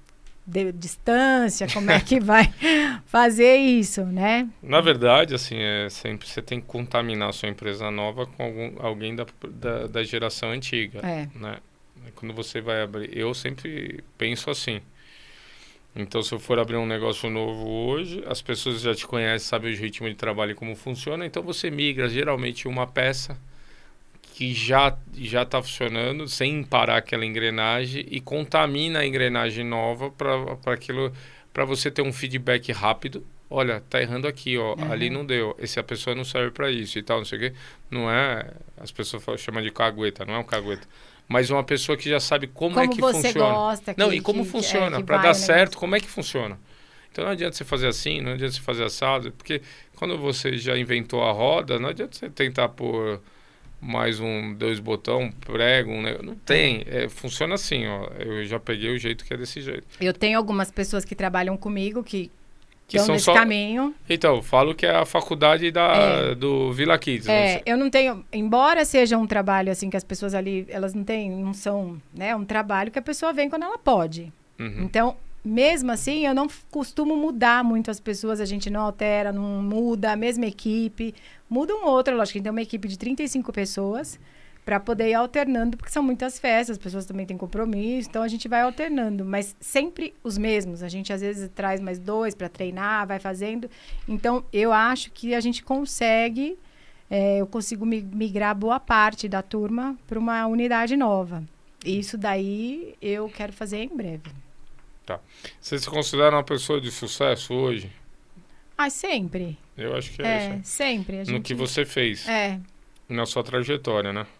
De distância, como é que vai fazer isso, né? Na verdade, assim, é sempre você tem que contaminar a sua empresa nova com algum, alguém da, da, da geração antiga, é. né? Quando você vai abrir, eu sempre penso assim. Então, se eu for abrir um negócio novo hoje, as pessoas já te conhecem, sabem o ritmo de trabalho e como funciona, então você migra geralmente uma peça que já já está funcionando sem parar aquela engrenagem e contamina a engrenagem nova para para aquilo, para você ter um feedback rápido. Olha, tá errando aqui, ó, uhum. Ali não deu. Essa pessoa não serve para isso e tal, não sei o quê. Não é, as pessoas falam, chamam de cagueta, não é um cagueta. Mas uma pessoa que já sabe como, como é que você funciona. Gosta, não, que, e como que, funciona, é, para dar certo, negócio. Como é que funciona. Então não adianta você fazer assim, não adianta você fazer assado, porque quando você já inventou a roda, não adianta você tentar pôr mais um, dois botão, prego, um negócio. Não tem, é, funciona assim, ó. Eu já peguei o jeito que é desse jeito. Eu tenho algumas pessoas que trabalham comigo que que estão são nesse só... caminho. Então, eu falo que é a faculdade da, é. do Villa Kids. É, eu não tenho, embora seja um trabalho assim que as pessoas ali, elas não têm, não são, né, um trabalho que a pessoa vem quando ela pode. Uhum. Então, mesmo assim, eu não costumo mudar muito as pessoas, a gente não altera, não muda, a mesma equipe, muda um outro, lógico, a gente tem uma equipe de trinta e cinco pessoas para poder ir alternando, porque são muitas festas, as pessoas também têm compromisso, então a gente vai alternando, mas sempre os mesmos. A gente às vezes traz mais dois para treinar, vai fazendo. Então, eu acho que a gente consegue, é, eu consigo migrar boa parte da turma para uma unidade nova. Isso daí eu quero fazer em breve. Tá. Você se considera uma pessoa de sucesso hoje? Ah, sempre. Eu acho que é, é isso. sempre. A gente... No que você fez. É. Na sua trajetória, né?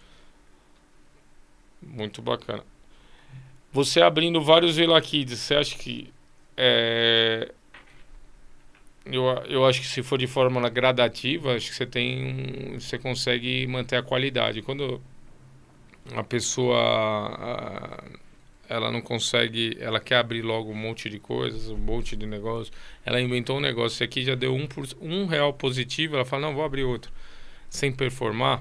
Muito bacana. Você abrindo vários Villa Kids, você acha que... É... Eu, eu acho que se for de forma gradativa, acho que você tem um, você consegue manter a qualidade. Quando a pessoa... A, ela não consegue... Ela quer abrir logo um monte de coisas, um monte de negócio. Ela inventou um negócio. Esse aqui já deu um, por, um real positivo. Ela fala, não, vou abrir outro. Sem performar...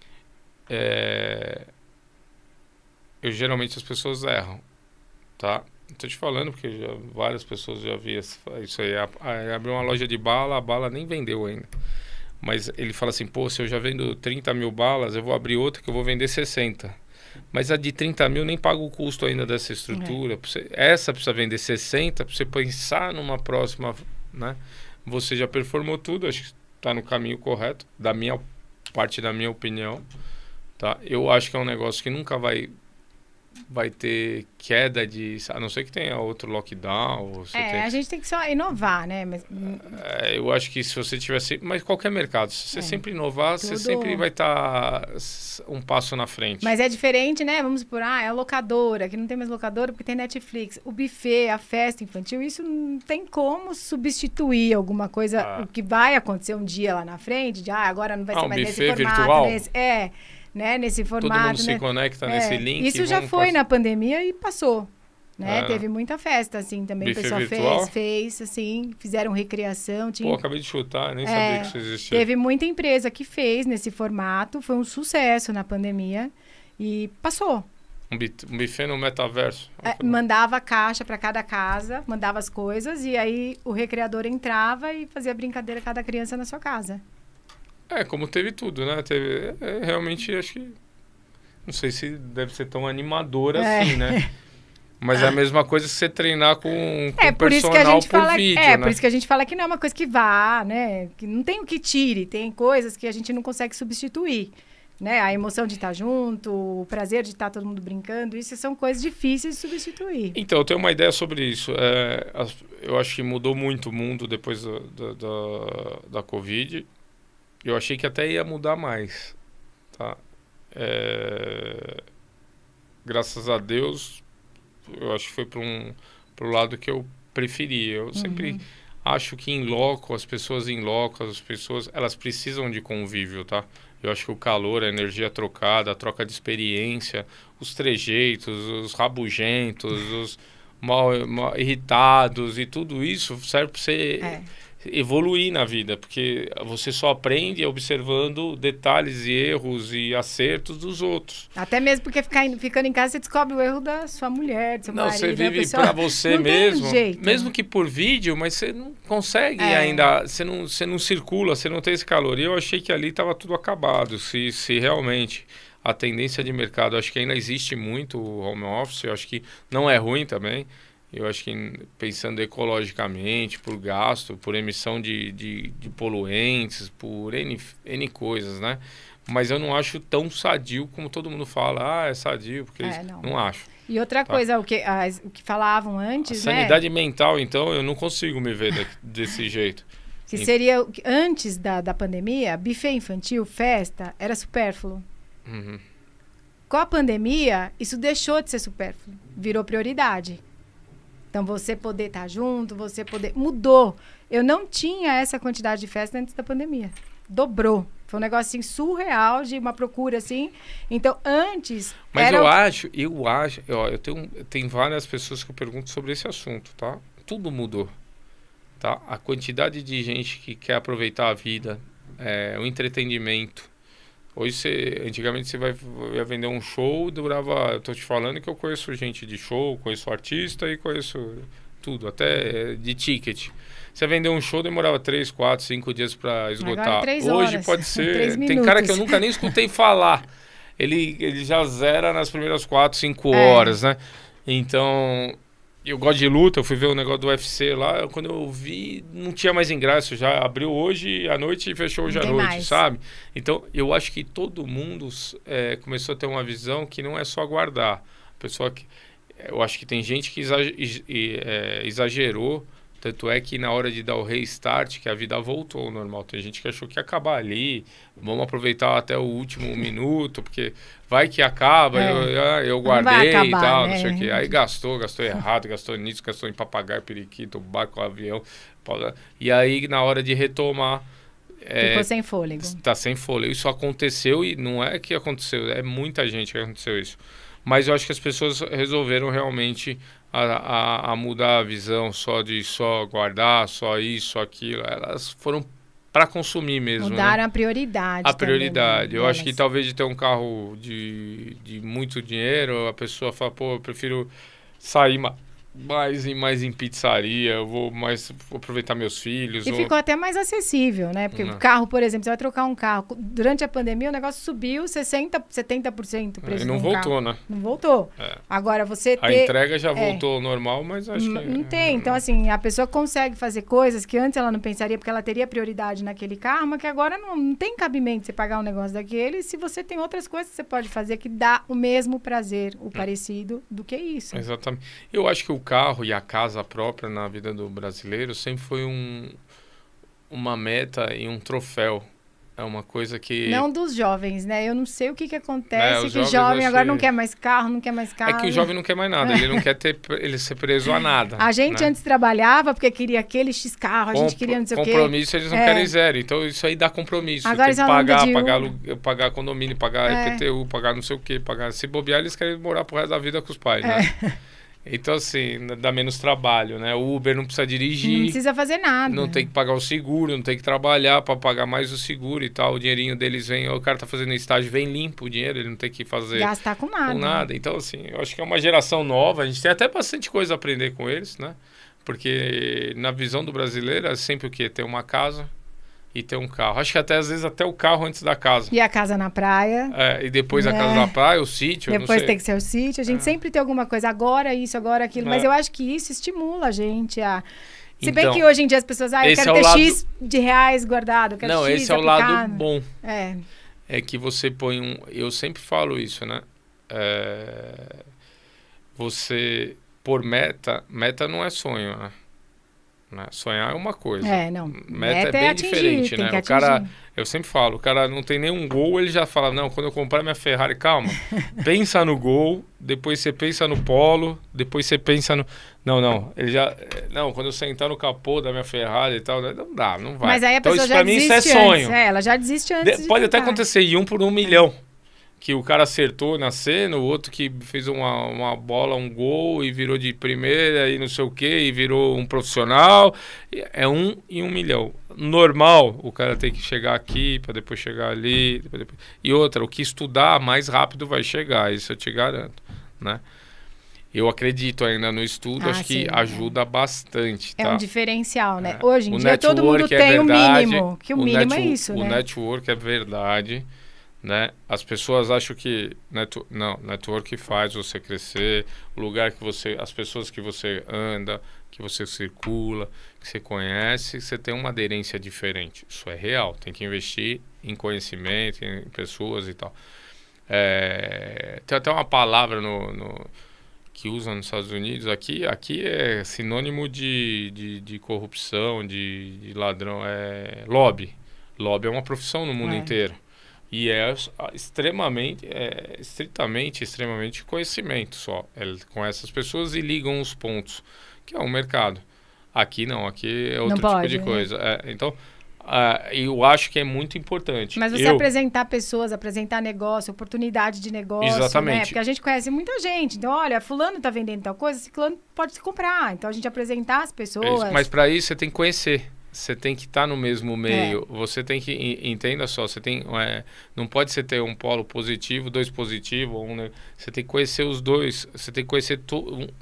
É... Eu geralmente as pessoas erram, tá? Tô te falando porque já, várias pessoas já vi isso aí. Abriu uma loja de bala, a bala nem vendeu ainda. Mas ele fala assim, pô, se eu já vendo trinta mil balas, eu vou abrir outra que eu vou vender sessenta. Mas a de trinta mil nem paga o custo ainda dessa estrutura. É. Você, essa precisa vender sessenta, para você pensar numa próxima, né? Você já performou tudo, acho que está no caminho correto, da minha parte da minha opinião, tá? Eu acho que é um negócio que nunca vai... vai ter queda de... A não ser que tenha outro lockdown. Ou você É, tem... a gente tem que só inovar, né? Mas, É, eu acho que se você tivesse... Mas qualquer mercado, se você É. sempre inovar, você Tudo- sempre vai estar um passo na frente. mas é diferente, né? Vamos por, ah, é a locadora, que não tem mais locadora porque tem Netflix. O buffet, a festa infantil, isso não tem como substituir alguma coisa, Ah. o que vai acontecer um dia lá na frente, de, ah, agora não vai Ah, ser um mais nesse buffet formato. virtual? Nesse, é, né? Nesse Todo formato. mundo se né? conecta É, nesse link. Isso e já vamos foi part- na pandemia e passou. Né? É. Teve muita festa, assim, também. Buffet o pessoal virtual? fez, fez, assim, fizeram recreação. Tinha... Pô, acabei de chutar, nem É, sabia que isso existia. Teve muita empresa que fez nesse formato, foi um sucesso na pandemia e passou. Um bit- um buffet no metaverso. É, mandava a caixa para cada casa, mandava as coisas e aí o recreador entrava e fazia brincadeira cada criança na sua casa. É, como teve tudo, né? Teve, é, realmente, acho que... Não sei se deve ser tão animador É. assim, né? Mas é a mesma coisa que você treinar com, com É por isso que a personal gente por fala, vídeo, é né? por isso que a gente fala que não é uma coisa que vá, né? Que não tem o que tire, tem coisas que a gente não consegue substituir, né? A emoção de estar junto, o prazer de estar todo mundo brincando, isso são coisas difíceis de substituir. Então, eu tenho uma ideia sobre isso. É, as- eu acho que mudou muito o mundo depois da, da, da, da Covid. Eu achei que até ia mudar mais, tá? É, graças a Deus, eu acho que foi para um, pro lado que eu preferi. Eu sempre acho que em loco, as pessoas em loco, as pessoas, elas precisam de convívio, tá? Eu acho que o calor, a energia trocada, a troca de experiência, os trejeitos, os rabugentos, os mal, mal irritados e tudo isso serve para você É. evoluir na vida, porque você só aprende observando detalhes e erros e acertos dos outros. Até mesmo porque ficar in- ficando em casa você descobre o erro da sua mulher, do seu Não, marido. você né? vive Pessoal, para você não tem mesmo, jeito. mesmo que por vídeo, mas você não consegue É. ainda, você não, você não circula, você não tem esse calor. E eu achei que ali estava tudo acabado, se, se realmente a tendência de mercado, acho que ainda existe muito o home office, eu acho que não é ruim também. Eu acho que pensando ecologicamente, por gasto, por emissão de, de, de poluentes, por N, N coisas, né? Mas eu não acho tão sadio como todo mundo fala. Ah, é sadio, porque... É, isso- não. não acho. E outra Tá. coisa, o que, as- o que falavam A antes, né? sanidade mental, então, eu não consigo me ver da- desse jeito. Que seria, o que- antes da, da pandemia, buffet infantil, festa, era supérfluo. Uhum. Com a pandemia, isso deixou de ser supérfluo, virou prioridade. Então, você poder estar junto, você poder... Mudou. Eu não tinha essa quantidade de festa antes da pandemia. Dobrou. Foi um negócio, assim, surreal, de uma procura, assim. Então, antes... Mas era eu o- acho, eu acho... Ó, eu tenho, tem várias pessoas que eu pergunto sobre esse assunto, tá? Tudo mudou, tá? A quantidade de gente que quer aproveitar a vida, é, o entretenimento. Hoje, você, antigamente, você vai, ia vender um show, durava... Eu tô te falando que eu conheço gente de show, conheço artista e conheço tudo, até é, de ticket. Você vender um show, demorava três, quatro, cinco dias para esgotar. Agora, três Hoje horas. pode ser... Três Tem cara minutos. que eu nunca nem escutei falar. Ele, ele já zera nas primeiras quatro, cinco É. horas, né? Então... Eu gosto de luta, eu fui ver o negócio do U F C lá, quando eu vi, não tinha mais ingresso, já abriu hoje à noite e fechou hoje Não à tem noite, mais. sabe? Então, eu acho que todo mundo é, começou a ter uma visão que não é só guardar. A pessoa que... Eu acho que tem gente que exage- e- e, é, exagerou, tanto é que na hora de dar o restart, que a vida voltou ao normal. Tem gente que achou que ia acabar ali, vamos aproveitar até o último minuo,to porque vai que acaba, É. eu, eu- eu Não vai guardei e acabar, tal, né? não sei o quê. Aí gastou, gastou errado, gastou nisso, gastou em papagaio, periquito, barco, avião. pau- E aí, na hora de retomar, é, Ficou sem fôlego. tá sem fôlego. Isso aconteceu e não é que aconteceu, é muita gente que aconteceu isso. Mas eu acho que as pessoas resolveram realmente a, a, a mudar a visão só de só guardar, só isso, só aquilo. Elas foram para consumir mesmo, né? Mudaram a prioridade. A também, prioridade. né, Eu acho que delas. talvez de ter um carro de, de muito dinheiro, a pessoa fala, pô, eu prefiro sair ma- mais em, mais em pizzaria, eu vou mais vou aproveitar meus filhos. E ou... ficou até mais acessível, né? Porque Não. o carro, por exemplo, você vai trocar um carro. Durante a pandemia, o negócio subiu sessenta por cento, setenta por cento o preço E não de um voltou, carro. né? Não voltou. É. Agora, você A ter... entrega já é. voltou ao normal, mas acho que... Não tem. Então, assim, a pessoa consegue fazer coisas que antes ela não pensaria, porque ela teria prioridade naquele carro, mas que agora não, não tem cabimento você pagar um negócio daquele, se você tem outras coisas que você pode fazer que dá o mesmo prazer, o parecido, do que isso. Exatamente. Eu acho que o carro e a casa própria na vida do brasileiro sempre foi um, uma meta e um troféu. É uma coisa que... Não dos jovens, né? Eu não sei o que que É, acontece, os que jovens jovem agora achei- não quer mais carro, não quer mais carro. É que o jovem não quer mais nada, ele não quer ter ele ser preso a nada. A gente né? antes trabalhava porque queria aquele X carro, a gente Com- queria não sei o quê. compromisso eles não É. querem zero, então isso aí dá compromisso. Agora Tem que eles falam pagar, de pagar, Uber. alu- pagar condomínio, pagar É. I P T U, pagar não sei o quê, pagar... Se bobear, eles querem morar pro resto da vida com os pais, né? É. Então, assim, dá menos trabalho, né? O Uber não precisa dirigir. Não precisa fazer nada. Não tem que pagar o seguro, não tem que trabalhar para pagar mais o seguro e tal. O dinheirinho deles vem, o cara tá fazendo estágio, vem limpo o dinheiro, ele não tem que fazer gastar com nada. com nada. Então, assim, eu acho que é uma geração nova, a gente tem até bastante coisa a aprender com eles, né? Porque na visão do brasileiro é sempre o quê? Ter uma casa e ter um carro. Acho que até às vezes até o carro antes da casa. E a casa na praia. É, e depois a Né? casa na praia, o sítio, eu não Depois sei. tem que ser o sítio. A gente É. sempre tem alguma coisa. Agora isso, agora aquilo. Mas É. eu acho que isso estimula a gente a... Se bem Então, que hoje em dia as pessoas... Ah, eu esse quero é o ter lado- X de reais guardado. Eu quero Não, X esse é o lado aplicado. bom. É. É que você põe um... Eu sempre falo isso, né? É, você, por meta... Meta não é sonho, né? Né? Sonhar é uma coisa. É, não. Meta, é bem atingir, diferente, tem né? que O cara... atingir. Eu sempre falo, o cara não tem nenhum gol, ele já fala, não, quando eu comprar minha Ferrari, calma, pensa no gol, depois você pensa no Polo, depois você pensa no... Não, não, ele já... Não, quando eu sentar no capô da minha Ferrari e tal, não dá, não vai. Mas aí a então pessoa isso já pra mim isso desiste é sonho. antes. É, ela já desiste antes De- de pode até tentar. acontecer em um por um milhão. Que o cara acertou na cena, o outro que fez uma, uma bola, um gol e virou de primeira e não sei o que, e virou um profissional. E é um em um milhão. Normal, o cara tem que chegar aqui para depois chegar ali. Depois, depois. E outra, o que estudar mais rápido vai chegar, isso eu te garanto, né? Eu acredito ainda no estudo, Ah, acho que sim, ajuda bastante. É tá? um diferencial, né? É. Hoje em O dia todo mundo network é tem o verdade, mínimo. Que o, mínimo é netwo- isso, o né? network é verdade, né? As pessoas acham que netu- não, network faz você crescer, o lugar que você, as pessoas que você anda, que você circula, que você conhece, você tem uma aderência diferente. Isso é real. Tem que investir em conhecimento, em pessoas e tal. É, tem até uma palavra no, no que usam nos Estados Unidos, aqui, aqui é sinônimo de, de, de corrupção, de, de ladrão, é lobby. Lobby é uma profissão no mundo É. inteiro. E é extremamente, é estritamente, extremamente conhecimento só. É com essas pessoas e ligam os pontos, que é o mercado. Aqui não, aqui é outro tipo pode, de né? coisa. É, então, ah, eu acho que é muito importante. Mas você eu, apresentar pessoas, apresentar negócio, oportunidade de negócio, Exatamente. né? Porque a gente conhece muita gente. Então, olha, fulano tá vendendo tal coisa, ciclano pode se comprar. Então, a gente apresentar as é pessoas. isso. Mas para isso você tem que conhecer. Você tem que estar no mesmo meio. É. Você tem que en- entenda só. Você tem é, não pode você ter um polo positivo, dois positivos. Um, ne- você tem que conhecer os dois. Você tem que conhecer to, um,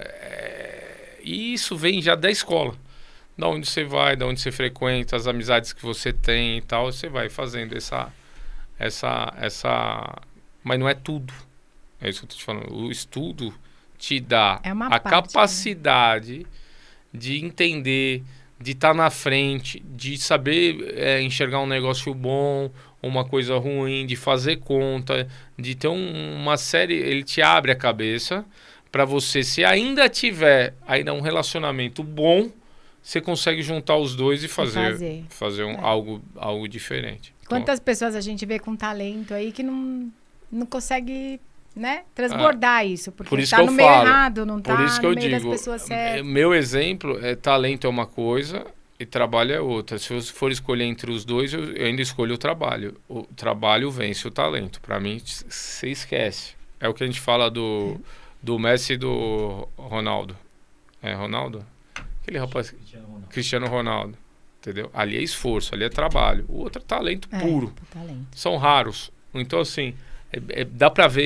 é, e isso vem já da escola. Da onde você vai, da onde você frequenta, as amizades que você tem e tal. Você vai fazendo essa, essa, essa. Mas não é tudo. É isso que eu tô te falando. O estudo te dá É uma a parte, né? capacidade de entender, de estar na frente, de saber é, enxergar um negócio bom, uma coisa ruim, de fazer conta, de ter um- uma série. Ele te abre a cabeça para você, se ainda tiver ainda um relacionamento bom, você consegue juntar os dois e fazer, fazer. fazer um, É. algo, algo diferente. Quantas pessoas a gente vê com talento aí que não, não consegue, né, transbordar isso. Porque Por isso tá que eu no meio falo. errado, não tá Por isso que no eu meio digo, das pessoas certas. é, meu exemplo é talento é uma coisa e trabalho é outra. Se eu for escolher entre os dois, eu, eu ainda escolho o trabalho. O trabalho vence o talento. Para mim, você esquece. É o que a gente fala do, do Messi e do Ronaldo. É Ronaldo? Aquele rapaz... Cristiano Ronaldo. Cristiano Ronaldo. Entendeu? Ali é esforço, ali é trabalho. O outro é talento É, puro. talento. São raros. Então, assim, é- é- dá pra ver.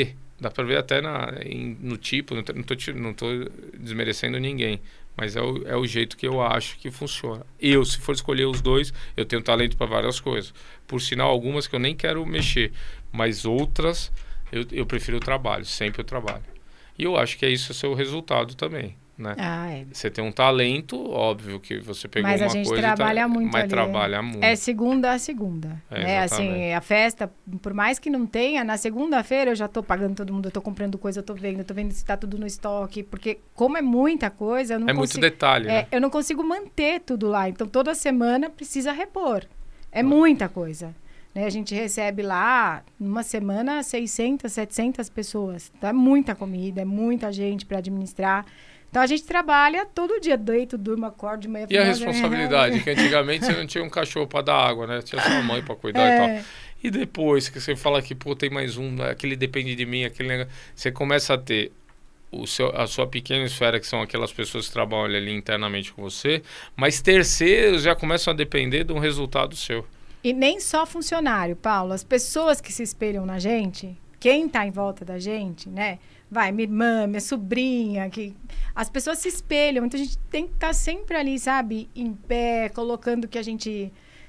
Dá para ver até na, em, no tipo, não tô, não, tô, não tô desmerecendo ninguém, mas é o, é o jeito que eu acho que funciona. Eu, se for escolher os dois, eu tenho talento para várias coisas. Por sinal, algumas que eu nem quero mexer, mas outras eu, eu prefiro o trabalho, sempre o trabalho. E eu acho que é isso o seu resultado também, né? Ah, é. Você tem um talento, óbvio que você pegou Mas uma a gente coisa trabalha e tá, muito mas ali, trabalha é. muito. É segunda a segunda. É, né? exatamente. Assim, a festa, por mais que não tenha, na segunda-feira eu já tô pagando todo mundo, eu tô comprando coisa, eu tô vendo, eu tô vendo se tá tudo no estoque, porque como é muita coisa, eu não É consigo... muito detalhe, é, né? eu não consigo manter tudo lá, então toda semana precisa repor. É muita coisa. Né? A gente recebe lá, numa semana, seiscentas, setecentas pessoas. Então é muita comida, é muita gente para administrar. Então a gente trabalha todo dia, deito, durmo, acordo de manhã. E a final, responsabilidade, que antigamente você não tinha um cachorro para dar água, né? Tinha sua mãe para cuidar É. e tal. E depois que você fala que, pô, tem mais um, aquele depende de mim, aquele negócio, você começa a ter o seu, a sua pequena esfera, que são aquelas pessoas que trabalham ali internamente com você, mas terceiros já começam a depender de um resultado seu. E nem só funcionário, Paulo. As pessoas que se espelham na gente, quem está em volta da gente, né? Vai, minha irmã, minha sobrinha, que as pessoas se espelham. Então a gente tem que estar sempre ali, sabe, em pé, colocando que a gente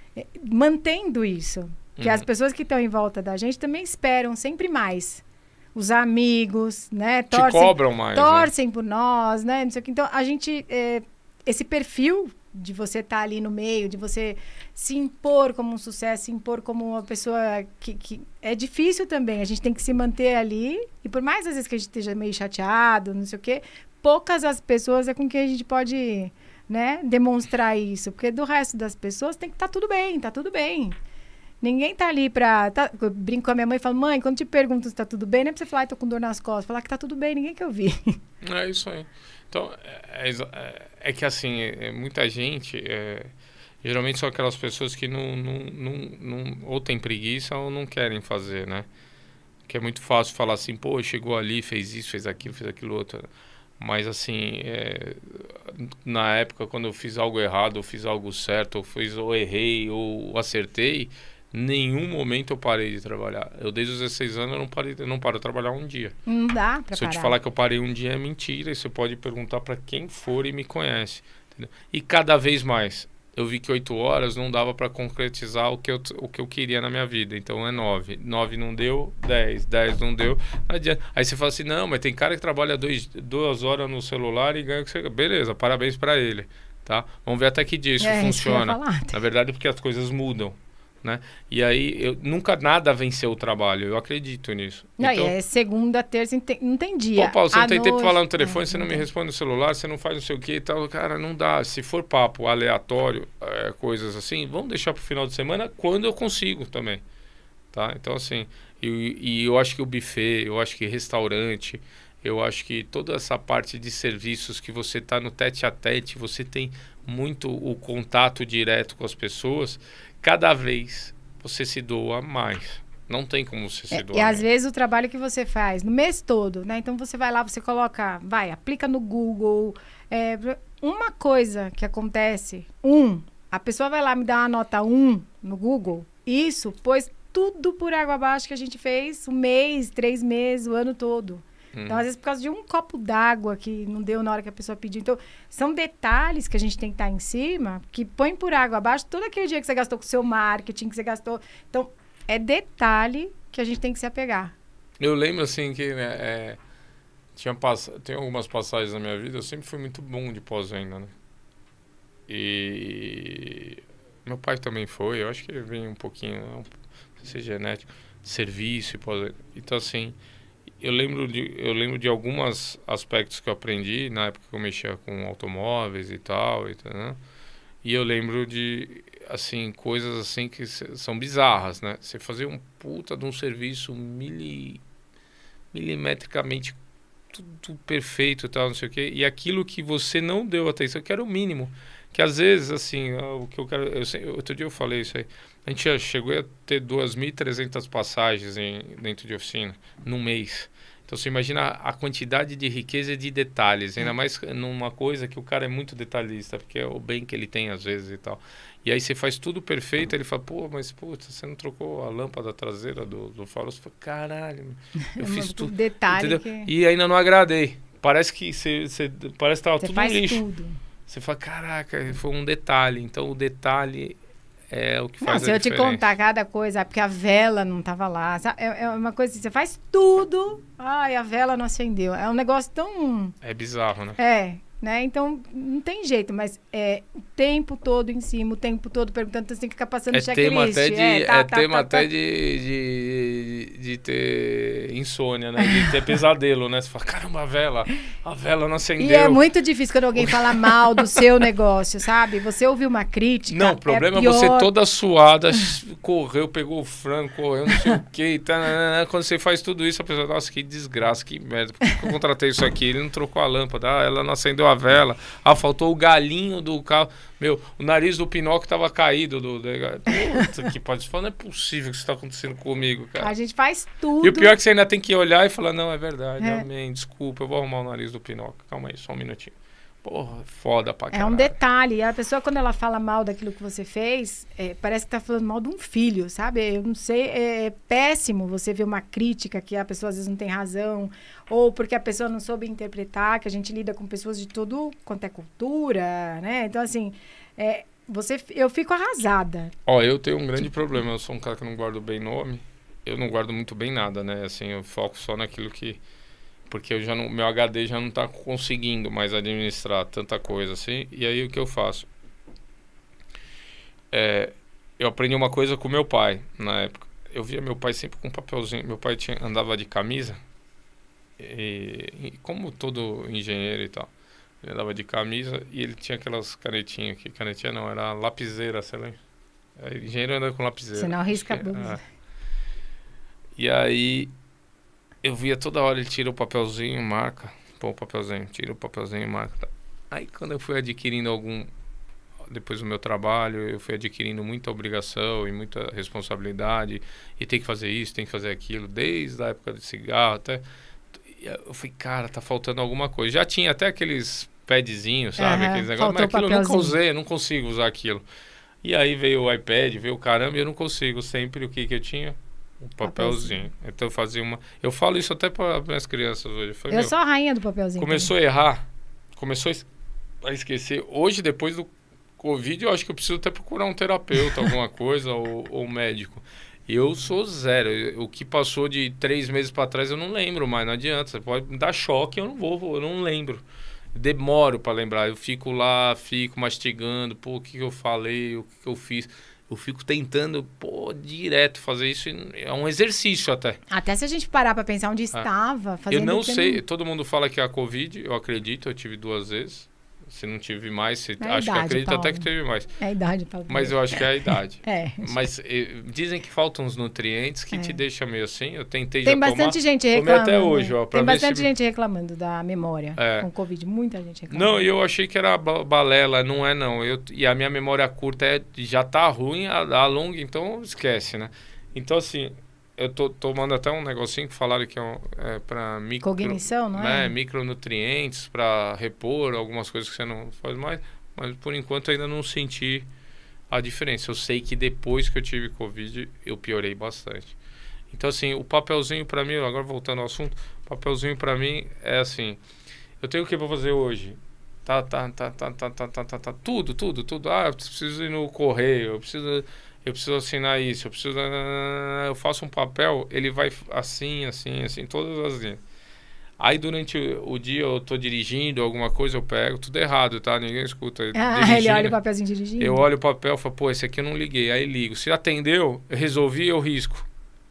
mantendo isso, que Uhum. as pessoas que estão em volta da gente também esperam sempre mais. Os amigos, né? Te Torcem, cobram mais, né? torcem por nós, né? Não sei o que. Então a gente é, esse perfil de você estar ali no meio, de você se impor como um sucesso, se impor como uma pessoa que, que é difícil também. A gente tem que se manter ali. E por mais às vezes que a gente esteja meio chateado, não sei o quê, poucas as pessoas é com quem a gente pode, né, demonstrar isso. Porque do resto das pessoas tem que estar tudo bem, tá tudo bem. Ninguém tá ali pra... Tá, eu brinco com a minha mãe e falo, mãe, quando te perguntam se tá tudo bem, não é pra você falar, ah, tô com dor nas costas. Falar que tá tudo bem, ninguém quer ouvir. É isso aí. Então, é, é, é que assim, é, muita gente, é, geralmente são aquelas pessoas que não, não, não, não, ou tem preguiça ou não querem fazer, né? Que é muito fácil falar assim, pô, chegou ali, fez isso, fez aquilo, fez aquilo outro. Mas assim, é, na época, quando eu fiz algo errado, ou fiz algo certo, ou, fiz, ou errei, ou acertei, nenhum momento eu parei de trabalhar. Eu desde os dezesseis anos eu não parei, eu não paro de trabalhar um dia. Não dá pra Se eu parar. te falar que eu parei um dia é mentira, e você pode perguntar para quem for e me conhece. Entendeu? E cada vez mais, eu vi que oito horas não dava para concretizar o que, eu, o que eu queria na minha vida. Então é nove. Nove não deu, dez. Dez não deu, não adianta. Aí você fala assim, não, mas tem cara que trabalha dois, duas horas no celular e ganha o que você... Beleza, parabéns para ele. Tá? Vamos ver até que dia isso É, isso que eu ia funciona. falar. Na verdade, porque as coisas mudam. Né? E aí, eu, nunca nada venceu o trabalho, eu acredito nisso. Não, então, e é segunda, terça, ente- não tem dia. pô, Paulo, você À não tem tempo noite- pra falar no telefone, É, você não me tem. responde no celular, você não faz não sei o que e tal. Cara, não dá. Se for papo aleatório, é, coisas assim, vamos deixar pro final de semana quando eu consigo também. Tá? Então, assim, e, e eu acho que o buffet, eu acho que restaurante, eu acho que toda essa parte de serviços que você tá no tete a tete, você tem muito o contato direto com as pessoas, cada vez você se doa mais. Não tem como você se É, doar e às menos. vezes o trabalho que você faz no mês todo, né? Então você vai lá, você coloca, vai, aplica no Google. É, uma coisa que acontece, um, a pessoa vai lá me dar uma nota um no Google, isso pôs tudo por água abaixo que a gente fez um mês, três meses, o ano todo. Então, às vezes, por causa de um copo d'água que não deu na hora que a pessoa pediu. Então, são detalhes que a gente tem que estar em cima, que põe por água abaixo todo aquele dia que você gastou com o seu marketing, que você gastou. Então, é detalhe que a gente tem que se apegar. Eu lembro, assim, que né, é, tinha pass... tem algumas passagens na minha vida, eu sempre fui muito bom de pós-venda, né? E meu pai também foi, eu acho que vem um pouquinho, não sei se é genético, serviço e pós-venda. Então, assim... Eu lembro, de, eu lembro de alguns aspectos que eu aprendi na época que eu mexia com automóveis e tal, e, né? E eu lembro de, assim, coisas assim que são bizarras, né? Você fazer um puta de um serviço mili, milimetricamente tudo perfeito e tal, não sei o quê, e aquilo que você não deu atenção, que era o mínimo. Que às vezes, assim, o que eu quero... Eu, outro dia eu falei isso aí. A gente já chegou a ter duas mil e trezentas passagens em, dentro de oficina, num mês. Então você imagina a quantidade de riqueza e de detalhes, ainda mais numa coisa que o cara é muito detalhista, porque é o bem que ele tem às vezes e tal. E aí você faz tudo perfeito, ele fala, pô, mas putz, você não trocou a lâmpada traseira do, do farol? Você fala, caralho, eu fiz tudo. Detalhe que... E ainda não agradei. Parece que você, você parece que tava Você tudo faz no lixo. tudo. Você fala, caraca, foi um detalhe. Então o detalhe é o que Não, faz se a eu te diferença. contar cada coisa, é porque a vela não tava lá. sabe? É, é uma coisa assim, você faz tudo, ai, a vela não acendeu. É um negócio tão... É bizarro, né? É, né? Então, não tem jeito, mas é o tempo todo em cima, o tempo todo perguntando, então você tem que ficar passando É checklist. tema até de, é, tá, é tá, tema tá, até tá. de, de, de ter insônia, né? De ter pesadelo, né? Você fala, caramba, a vela, a vela não acendeu. E é muito difícil quando alguém fala mal do seu negócio, sabe? Você ouviu uma crítica. Não, o problema é, é pior. você toda suada, correu, pegou o frango, correu, não sei o quê. Tá, quando você faz tudo isso, a pessoa, nossa, que desgraça, que merda. Por que eu contratei isso aqui? Ele não trocou a lâmpada, ah, ela não acendeu a vela, ah, faltou o galinho do carro. Meu, o nariz do Pinóquio tava caído. Do, do... Puta que pode falar, não é possível que isso tá acontecendo comigo, cara. A gente faz tudo. E o pior é que você ainda tem que olhar e falar, não, é verdade, É. amém, desculpa, eu vou arrumar o nariz do Pinóquio. Calma aí, só um minutinho. Porra, foda pra É caralho. um detalhe. E a pessoa, quando ela fala mal daquilo que você fez, é, parece que tá falando mal de um filho, sabe? Eu não sei, é péssimo você ver uma crítica que a pessoa às vezes não tem razão, ou porque a pessoa não soube interpretar, que a gente lida com pessoas de todo quanto é cultura, né? Então, assim, é, você, eu fico arrasada. Ó, eu tenho um grande problema, eu sou um cara que não guardo bem nome, eu não guardo muito bem nada, né? Assim, eu foco só naquilo que... Porque eu já não, meu H D já não tá conseguindo mais administrar tanta coisa assim. E aí o que eu faço? É, eu aprendi uma coisa com meu pai na época. Eu via meu pai sempre com um papelzinho. Meu pai tinha, andava de camisa. E, e como todo engenheiro e tal. Ele andava de camisa e ele tinha aquelas canetinhas aqui. Canetinha não, era lapiseira, você lembra? É, engenheiro anda com lapiseira. Senão risca a Acho que é, blusa. é. E aí... Eu via toda hora ele tira o papelzinho, marca, pô o papelzinho, tira o papelzinho, marca. Tá. Aí quando eu fui adquirindo algum, depois do meu trabalho, eu fui adquirindo muita obrigação e muita responsabilidade, e tem que fazer isso, tem que fazer aquilo, desde a época de cigarro até... Eu fui, cara, tá faltando alguma coisa. Já tinha até aqueles padzinhos, sabe? Aham, Aqueles negócios, mas faltou aquilo eu nunca papelzinho. usei, eu não consigo usar aquilo. E aí veio o iPad, veio o caramba, e eu não consigo sempre o que que eu tinha? Um papelzinho. Então eu fazia uma... Eu falo isso até para minhas crianças hoje. Eu, falei, Eu meu, sou a rainha do papelzinho. começou a errar, começou a es- a esquecer. Hoje, depois do Covid, eu acho que eu preciso até procurar um terapeuta, alguma coisa, ou, ou um médico. Eu sou zero. Eu- O que passou de três meses para trás eu não lembro mais, não adianta. Você pode me dar choque, eu não vou, eu não lembro. Demoro para lembrar. Eu fico lá, fico mastigando, pô, o que, que eu falei, o que, que eu fiz. Eu fico tentando, pô, direto fazer isso. e É um exercício até. Até se a gente parar pra pensar onde estava, fazendo... Eu não o que sei, todo mundo fala que é a Covid, eu acredito, eu tive duas vezes. Se não tive mais, se, É a acho que idade, acredito Paulo. até que teve mais. É a idade, Paulo. Mas eu acho que é a idade. É. Mas eh, dizem que faltam uns nutrientes que É. te deixam meio assim. Eu tentei Tem já bastante tomar. gente tomei reclamando. até hoje, ó, pra Tem ver bastante se- gente reclamando da memória É. com Covid. Muita gente reclamando. Não, e eu achei que era ba- balela, não é não. Eu, e a minha memória curta é, já tá ruim, a, a longa, então esquece, né? Então assim, eu tô tomando até um negocinho que falaram que é, um, é para micro... Cognição, não né, é? micronutrientes para repor algumas coisas que você não faz mais, mas por enquanto ainda não senti a diferença. Eu sei que depois que eu tive Covid, eu piorei bastante. Então assim, o papelzinho para mim, agora voltando ao assunto, o papelzinho para mim é assim, eu tenho o que pra fazer hoje? Tá, tá, tá, tá, tá, tá, tá, tá, tá, tudo, tudo, tudo. Ah, eu preciso ir no correio, eu preciso, eu preciso assinar isso, eu preciso, eu faço um papel, ele vai assim, assim, assim, todas as linhas. Aí durante o, o dia eu tô dirigindo, alguma coisa eu pego, tudo errado, tá? Ninguém escuta. Ah, ele Dirigindo, olha o papelzinho dirigindo. eu olho o papel e falo, pô, esse aqui eu não liguei. Aí ligo. Se atendeu, eu resolvi, eu risco.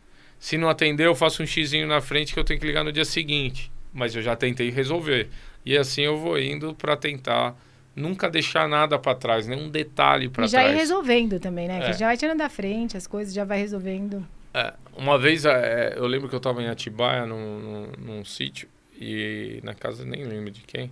Se não atendeu, eu faço um xizinho na frente que eu tenho que ligar no dia seguinte. Mas eu já tentei resolver. E assim eu vou indo para tentar nunca deixar nada para trás, nenhum detalhe para E já trás. ir resolvendo também, né? É. Que já vai tirando da frente as coisas, já vai resolvendo. É, uma vez, é, eu lembro que eu estava em Atibaia, num, num, num sítio, e na casa, nem lembro de quem.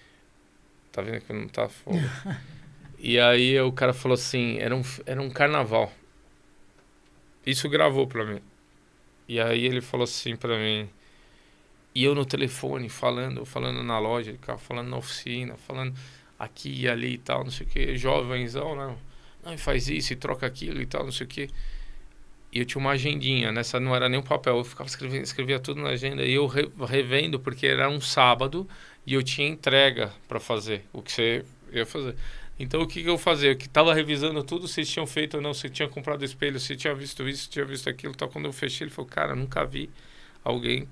Tá vendo que não tá fogo? E aí o cara falou assim, era um, era um carnaval. Isso gravou pra mim. E aí ele falou assim pra mim, E eu no telefone, falando, falando na loja, falando na oficina, falando aqui e ali e tal, não sei o que, jovenzão, não, não, faz isso e troca aquilo e tal, não sei o que. E eu tinha uma agendinha, nessa não era nem um papel, eu ficava escrevendo, escrevia tudo na agenda e eu re, revendo, porque era um sábado e eu tinha entrega para fazer, o que você ia fazer. Então o que, que eu fazia? Eu que estava revisando tudo, se tinham feito ou não, se tinha comprado espelho, se tinha visto isso, se tinha visto aquilo, tal. Quando eu fechei, ele falou, cara, nunca vi alguém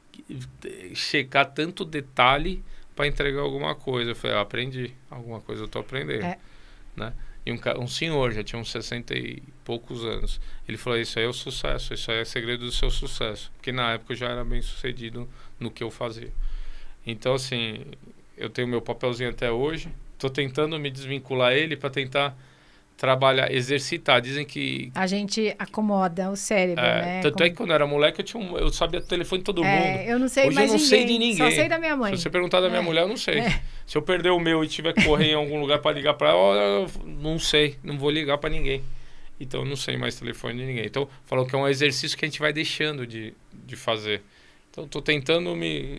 checar tanto detalhe para entregar alguma coisa. Eu falei, ah, aprendi, alguma coisa eu tô aprendendo, É. né? E um, um senhor, já tinha uns sessenta e poucos anos, ele falou, isso aí é o sucesso, isso aí é segredo do seu sucesso, porque na época eu já era bem sucedido no que eu fazia. Então assim, eu tenho meu papelzinho até hoje, tô tentando me desvincular ele para tentar trabalhar, exercitar. Dizem que A gente acomoda o cérebro, é, né? tanto Como- é que quando eu era moleque eu, tinha um, eu sabia o telefone de todo mundo. É, eu não sei Hoje mais eu não ninguém, sei de ninguém. só sei da minha mãe. Se você perguntar da minha É. mulher, eu não sei. É. Se eu perder o meu e tiver que correr em algum lugar para ligar para ela, eu não sei, não vou ligar para ninguém. Então eu não sei mais telefone de ninguém. Então falou que é um exercício que a gente vai deixando de, de fazer. Então estou tentando me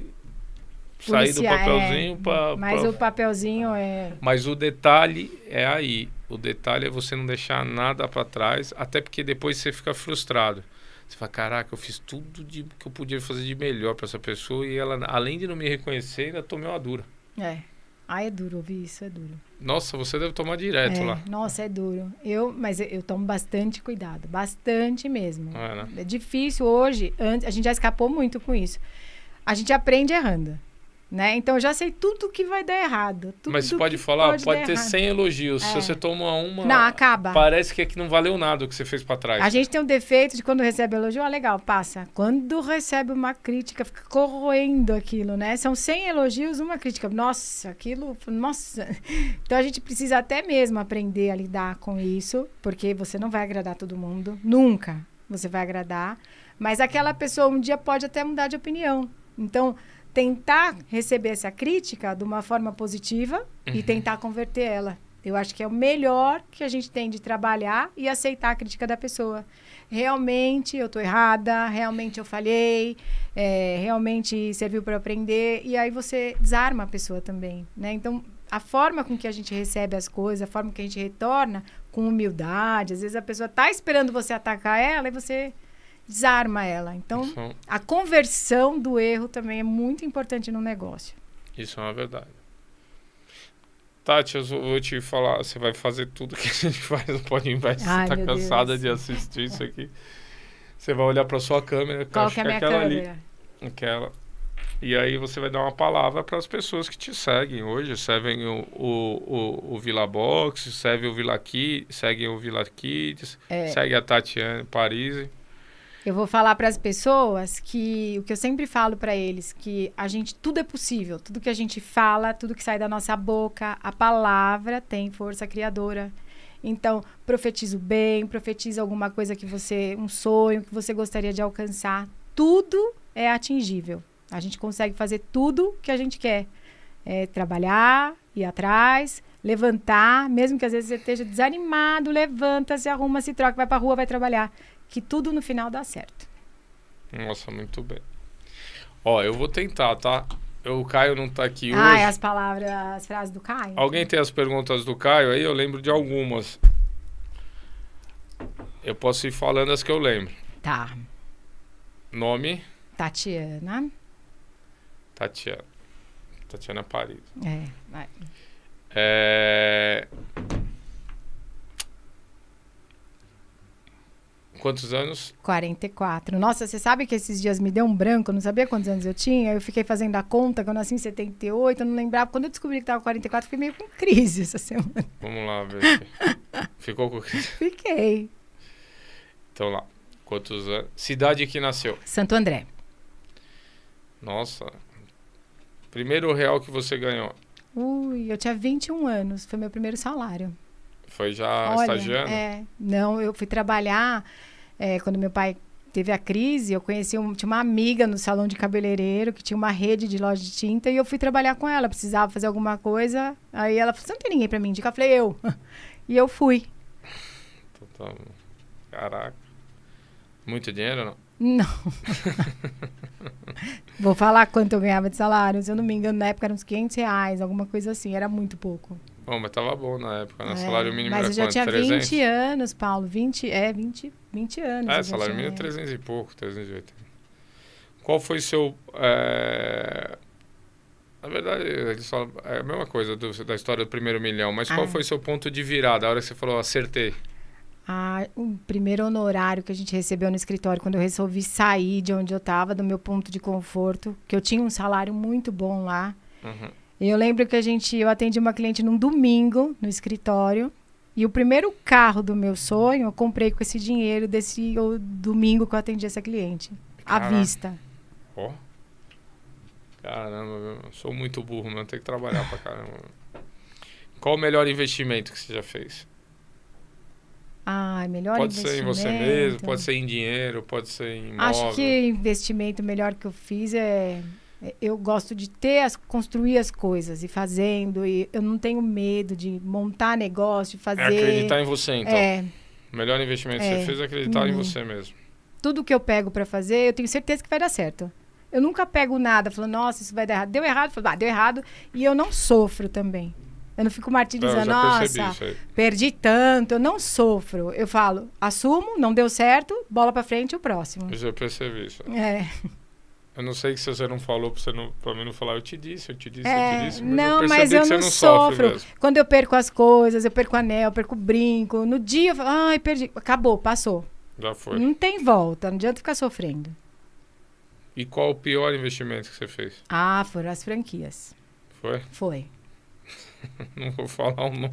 sair do Policiar, papelzinho é, para... Mas o papelzinho é... Mas o detalhe é aí. O detalhe é você não deixar nada para trás, até porque depois você fica frustrado. Você fala, caraca, eu fiz tudo de, que eu podia fazer de melhor para essa pessoa e ela, além de não me reconhecer, ainda tomei uma dura. É. Ah, é duro ouvir isso, é duro. Nossa, você deve tomar direto É, lá. nossa, é duro. Eu, mas eu, eu tomo bastante cuidado, bastante mesmo. É, né? É difícil hoje, antes, a gente já escapou muito com isso. A gente aprende errando, né? Então eu já sei tudo que vai dar errado. Tudo Mas você pode que falar, pode, pode, dar ter errado. cem elogios. É. Se você toma uma, Não, acaba. parece que, é que não valeu nada o que você fez para trás. A gente tem um defeito de quando recebe elogio, ah, legal, passa. Quando recebe uma crítica, fica corroendo aquilo, né? São cem elogios, uma crítica. Nossa, aquilo, nossa. Então a gente precisa até mesmo aprender a lidar com isso, porque você não vai agradar todo mundo, nunca você vai agradar. Mas aquela pessoa um dia pode até mudar de opinião. Então, tentar receber essa crítica de uma forma positiva e tentar converter ela. Eu acho que é o melhor que a gente tem de trabalhar e aceitar a crítica da pessoa. Realmente eu tô errada, realmente eu falhei, é, realmente serviu para aprender. E aí você desarma a pessoa também, né? Então, a forma com que a gente recebe as coisas, a forma que a gente retorna, com humildade. Às vezes a pessoa tá esperando você atacar ela e você desarma ela. Então, Isso, a conversão do erro também é muito importante no negócio. isso é uma verdade. Tati, eu vou te falar, você vai fazer tudo que a gente faz no Pode Invest. Você Ai, tá meu cansada Deus. de assistir isso aqui. Você vai olhar para sua câmera, que eu Qual acho que é a que minha aquela câmera? ali. Aquela. E aí você vai dar uma palavra para as pessoas que te seguem hoje. Seguem o, o, o, o Vila Box, seguem o Vila Kids, seguem o Vila Kids, É. segue a Tatiane Parisi. Eu vou falar para as pessoas que o que eu sempre falo para eles, que a gente tudo é possível, tudo que a gente fala, tudo que sai da nossa boca, a palavra tem força criadora. Então, profetiza o bem, profetiza alguma coisa que você, um sonho que você gostaria de alcançar, tudo é atingível. A gente consegue fazer tudo que a gente quer. É trabalhar, ir atrás, levantar, mesmo que às vezes você esteja desanimado, levanta, se arruma, se troca, vai pra rua, vai trabalhar. Que tudo no final dá certo. Nossa, muito bem. Ó, eu vou tentar, tá? Eu, o Caio não tá aqui Ah, hoje. as palavras, as frases do Caio? Alguém tem as perguntas do Caio aí? Eu lembro de algumas. Eu posso ir falando as que eu lembro. Tá. Nome, Tatiana. Tatiana. Tatiana Paris. É, vai. É... Quantos anos? quarenta e quatro. Nossa, você sabe que esses dias me deu um branco, eu não sabia quantos anos eu tinha. Eu fiquei fazendo a conta, que eu nasci em setenta e oito, eu não lembrava. Quando eu descobri que tava com quarenta e quatro, eu fiquei meio com crise essa semana. Vamos lá ver. se- Ficou com... Fiquei. Então lá. Quantos anos? Cidade que nasceu. Santo André. Nossa. Primeiro real que você ganhou. Ui, eu tinha vinte e um anos, foi meu primeiro salário. Foi já Olha, estagiando? é, não, eu fui trabalhar, é, quando meu pai teve a crise, eu conheci, um, tinha uma amiga no salão de cabeleireiro, que tinha uma rede de loja de tinta, e eu fui trabalhar com ela, precisava fazer alguma coisa, aí ela falou, você não tem ninguém pra me indicar? Eu falei, eu. E eu fui. Então, tá- Caraca. Muito dinheiro ou não? Não. Vou falar quanto eu ganhava de salário. Se eu não me engano, na época eram uns quinhentos reais, alguma coisa assim. Era muito pouco. Bom, mas tava bom na época, né? É, Salário mínimo mas era eu já quanto? tinha trezentos? vinte anos, Paulo. vinte, é, vinte, vinte anos. É, eu já salário tinha. mínimo é trezentos e pouco, trezentos e oitenta. Qual foi seu... É... Na verdade, eles falam, é a mesma coisa do, da história do primeiro milhão, mas qual Ah. foi seu ponto de virada? A hora que você falou, acertei. Ah, o primeiro honorário que a gente recebeu no escritório, quando eu resolvi sair de onde eu estava, do meu ponto de conforto, que eu tinha um salário muito bom lá. Uhum. E eu lembro que a gente, eu atendi uma cliente num domingo no escritório. E o primeiro carro do meu sonho eu comprei com esse dinheiro desse o, domingo que eu atendi essa cliente. À Caraca. vista. Ó. Caramba, eu sou muito burro, mas eu tenho que trabalhar pra caramba. Qual o melhor investimento que você já fez? Ah, melhor Pode investimento. ser em você mesmo, pode ser em dinheiro, pode ser em imóvel. Acho que investimento melhor que eu fiz é... é- Eu gosto de ter as, construir as coisas e fazendo. E eu não tenho medo de montar negócio, de fazer... É acreditar em você, então. É, O melhor investimento que É, você fez é acreditar em em mim. você mesmo. tudo que eu pego pra fazer, eu tenho certeza que vai dar certo. Eu nunca pego nada falando, nossa, isso vai dar errado. Deu errado, eu falo, ah, deu errado. E eu não sofro também. Eu não fico Eu martirizando, já percebi nossa, isso aí. perdi tanto. Eu não sofro. Eu falo, assumo, não deu certo, bola pra frente, o próximo. Eu já percebi isso. É, Eu não sei que se você não falou pra, você não, pra mim não falar, eu te disse, eu te disse, eu é, te disse. Mas não, eu percebi mas que eu você não, não sofre sofro. mesmo. Quando eu perco as coisas, eu perco o anel, eu perco o brinco. No dia eu falo, ai, perdi. Acabou, passou. Já foi. Não tem volta, não adianta ficar sofrendo. E qual o pior investimento que você fez? Ah, foram as franquias. Foi? Foi. Não vou falar o nome.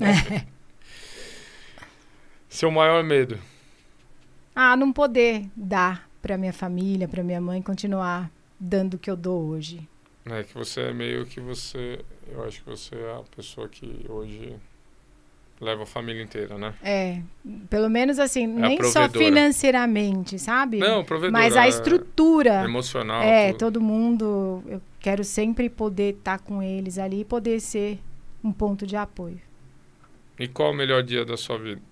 Seu maior medo? Ah, não poder dar pra minha família, pra minha mãe, continuar dando o que eu dou hoje. É que você é meio que você... Eu acho que você é a pessoa que hoje leva a família inteira, né? É, pelo menos assim, É a nem só provedora. financeiramente, sabe? Não, provedora. Mas a estrutura. Emocional. É, tudo. todo mundo, eu quero sempre poder estar com eles ali e poder ser um ponto de apoio. E qual o melhor dia da sua vida?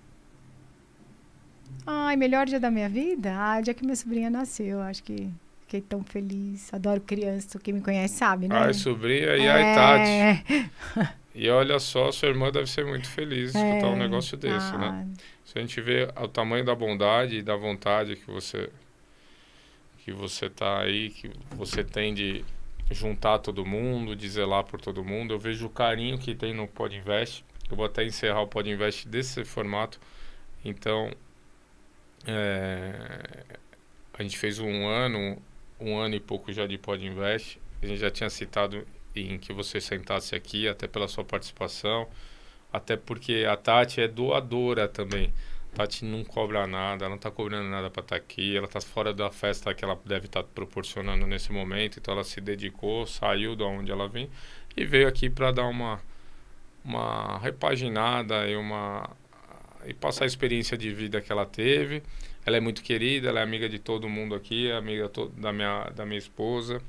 Ai, melhor dia da minha vida? Ah, o dia que minha sobrinha nasceu, acho que fiquei tão feliz. Adoro criança, quem me conhece sabe, né? Ai, sobrinha e a Tati. É, E olha só, sua irmã deve ser muito feliz de escutar um é. negócio desse, Ah, né? Se a gente vê o tamanho da bondade e da vontade que você que você tá aí, que você tem de juntar todo mundo, de zelar por todo mundo, eu vejo o carinho que tem no Pod Invest. Eu vou até encerrar o Pod Invest desse formato. Então, é, a gente fez um ano, um ano e pouco já de Pod Invest. A gente já tinha citado em que você sentasse aqui, até pela sua participação, até porque a Tati é doadora também. A Tati não cobra nada, ela não está cobrando nada para estar aqui, ela está fora da festa que ela deve estar proporcionando nesse momento, então ela se dedicou, saiu de onde ela vem e veio aqui para dar uma, uma repaginada e, uma, e passar a experiência de vida que ela teve. Ela é muito querida, ela é amiga de todo mundo aqui, é amiga to- da, minha, da minha esposa.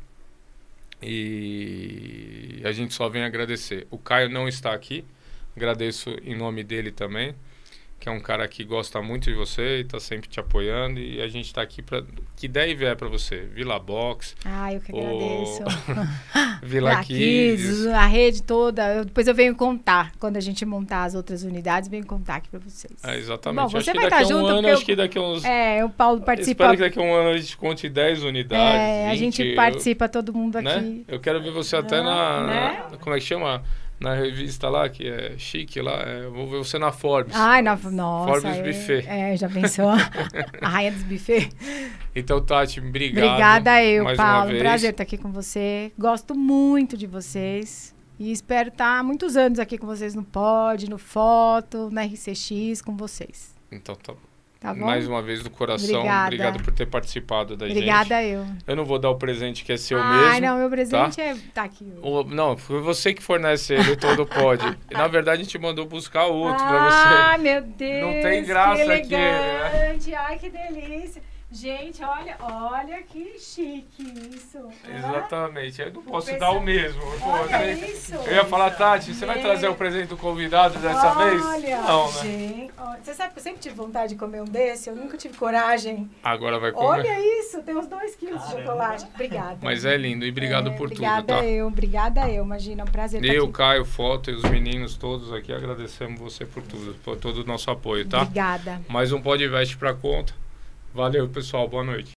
E a gente só vem agradecer. O Caio não está aqui, agradeço em nome dele também, que é um cara que gosta muito de você e está sempre te apoiando. E a gente está aqui para que ideia e vier para você. Vila Box, ai, eu que o- agradeço. Vila Lá Kids. a rede toda. Eu- depois eu venho contar. Quando a gente montar as outras unidades, venho contar aqui pra vocês. É, exatamente. Bom, acho você que vai daqui estar a um junto, ano, porque acho eu- que daqui a uns... É, o Paulo participa. Espero que daqui a um ano a gente conte dez unidades, É, a vinte, gente eu- participa todo mundo né? aqui. Eu quero ver você até Ah, na, né? na- como é que chama? Na revista lá, que é chique lá, é, eu vou ver você na Forbes. Ai, no- nossa. Forbes é, Buffet. É, já pensou? A rainha dos buffet. Então, Tati, obrigado. Obrigada eu, mais uma Paulo. Um vez. prazer estar aqui com você. Gosto muito de vocês. E espero estar há muitos anos aqui com vocês no Pod, no Foto, na R C X, com vocês. Então, tá, Tá bom? mais uma vez do coração, Obrigada. obrigado por ter participado da Obrigada gente. eu. Eu não vou dar o presente que é seu Ai, mesmo. não, meu presente é tá aqui. O- não, foi você que fornece ele todo pode. Na verdade, a gente mandou buscar outro pra Ah, você. meu Deus. Não tem graça que aqui, né? elegante. Ai, que delícia. Gente, olha, olha que chique isso. Exatamente. Eu não posso pessoal- dar o mesmo. Pô, Olha né? isso. Eu ia falar, Tati, você vai Meu. trazer o presente do convidado dessa vez? Olha, Não, né? gente. Ó, você sabe que eu sempre tive vontade de comer um desse? Eu nunca tive coragem. Agora vai comer. Olha isso, tem uns dois quilos de Caramba. chocolate. Obrigada. Mas é lindo. E obrigado É, por obrigada tudo, tá? eu, obrigada eu. Imagina, é um prazer Eu, estar Caio, Foto e os meninos todos aqui agradecemos você por tudo, por todo o nosso apoio, aqui. tá? Obrigada. Mais um Podcast pra conta. Valeu, pessoal. Boa noite.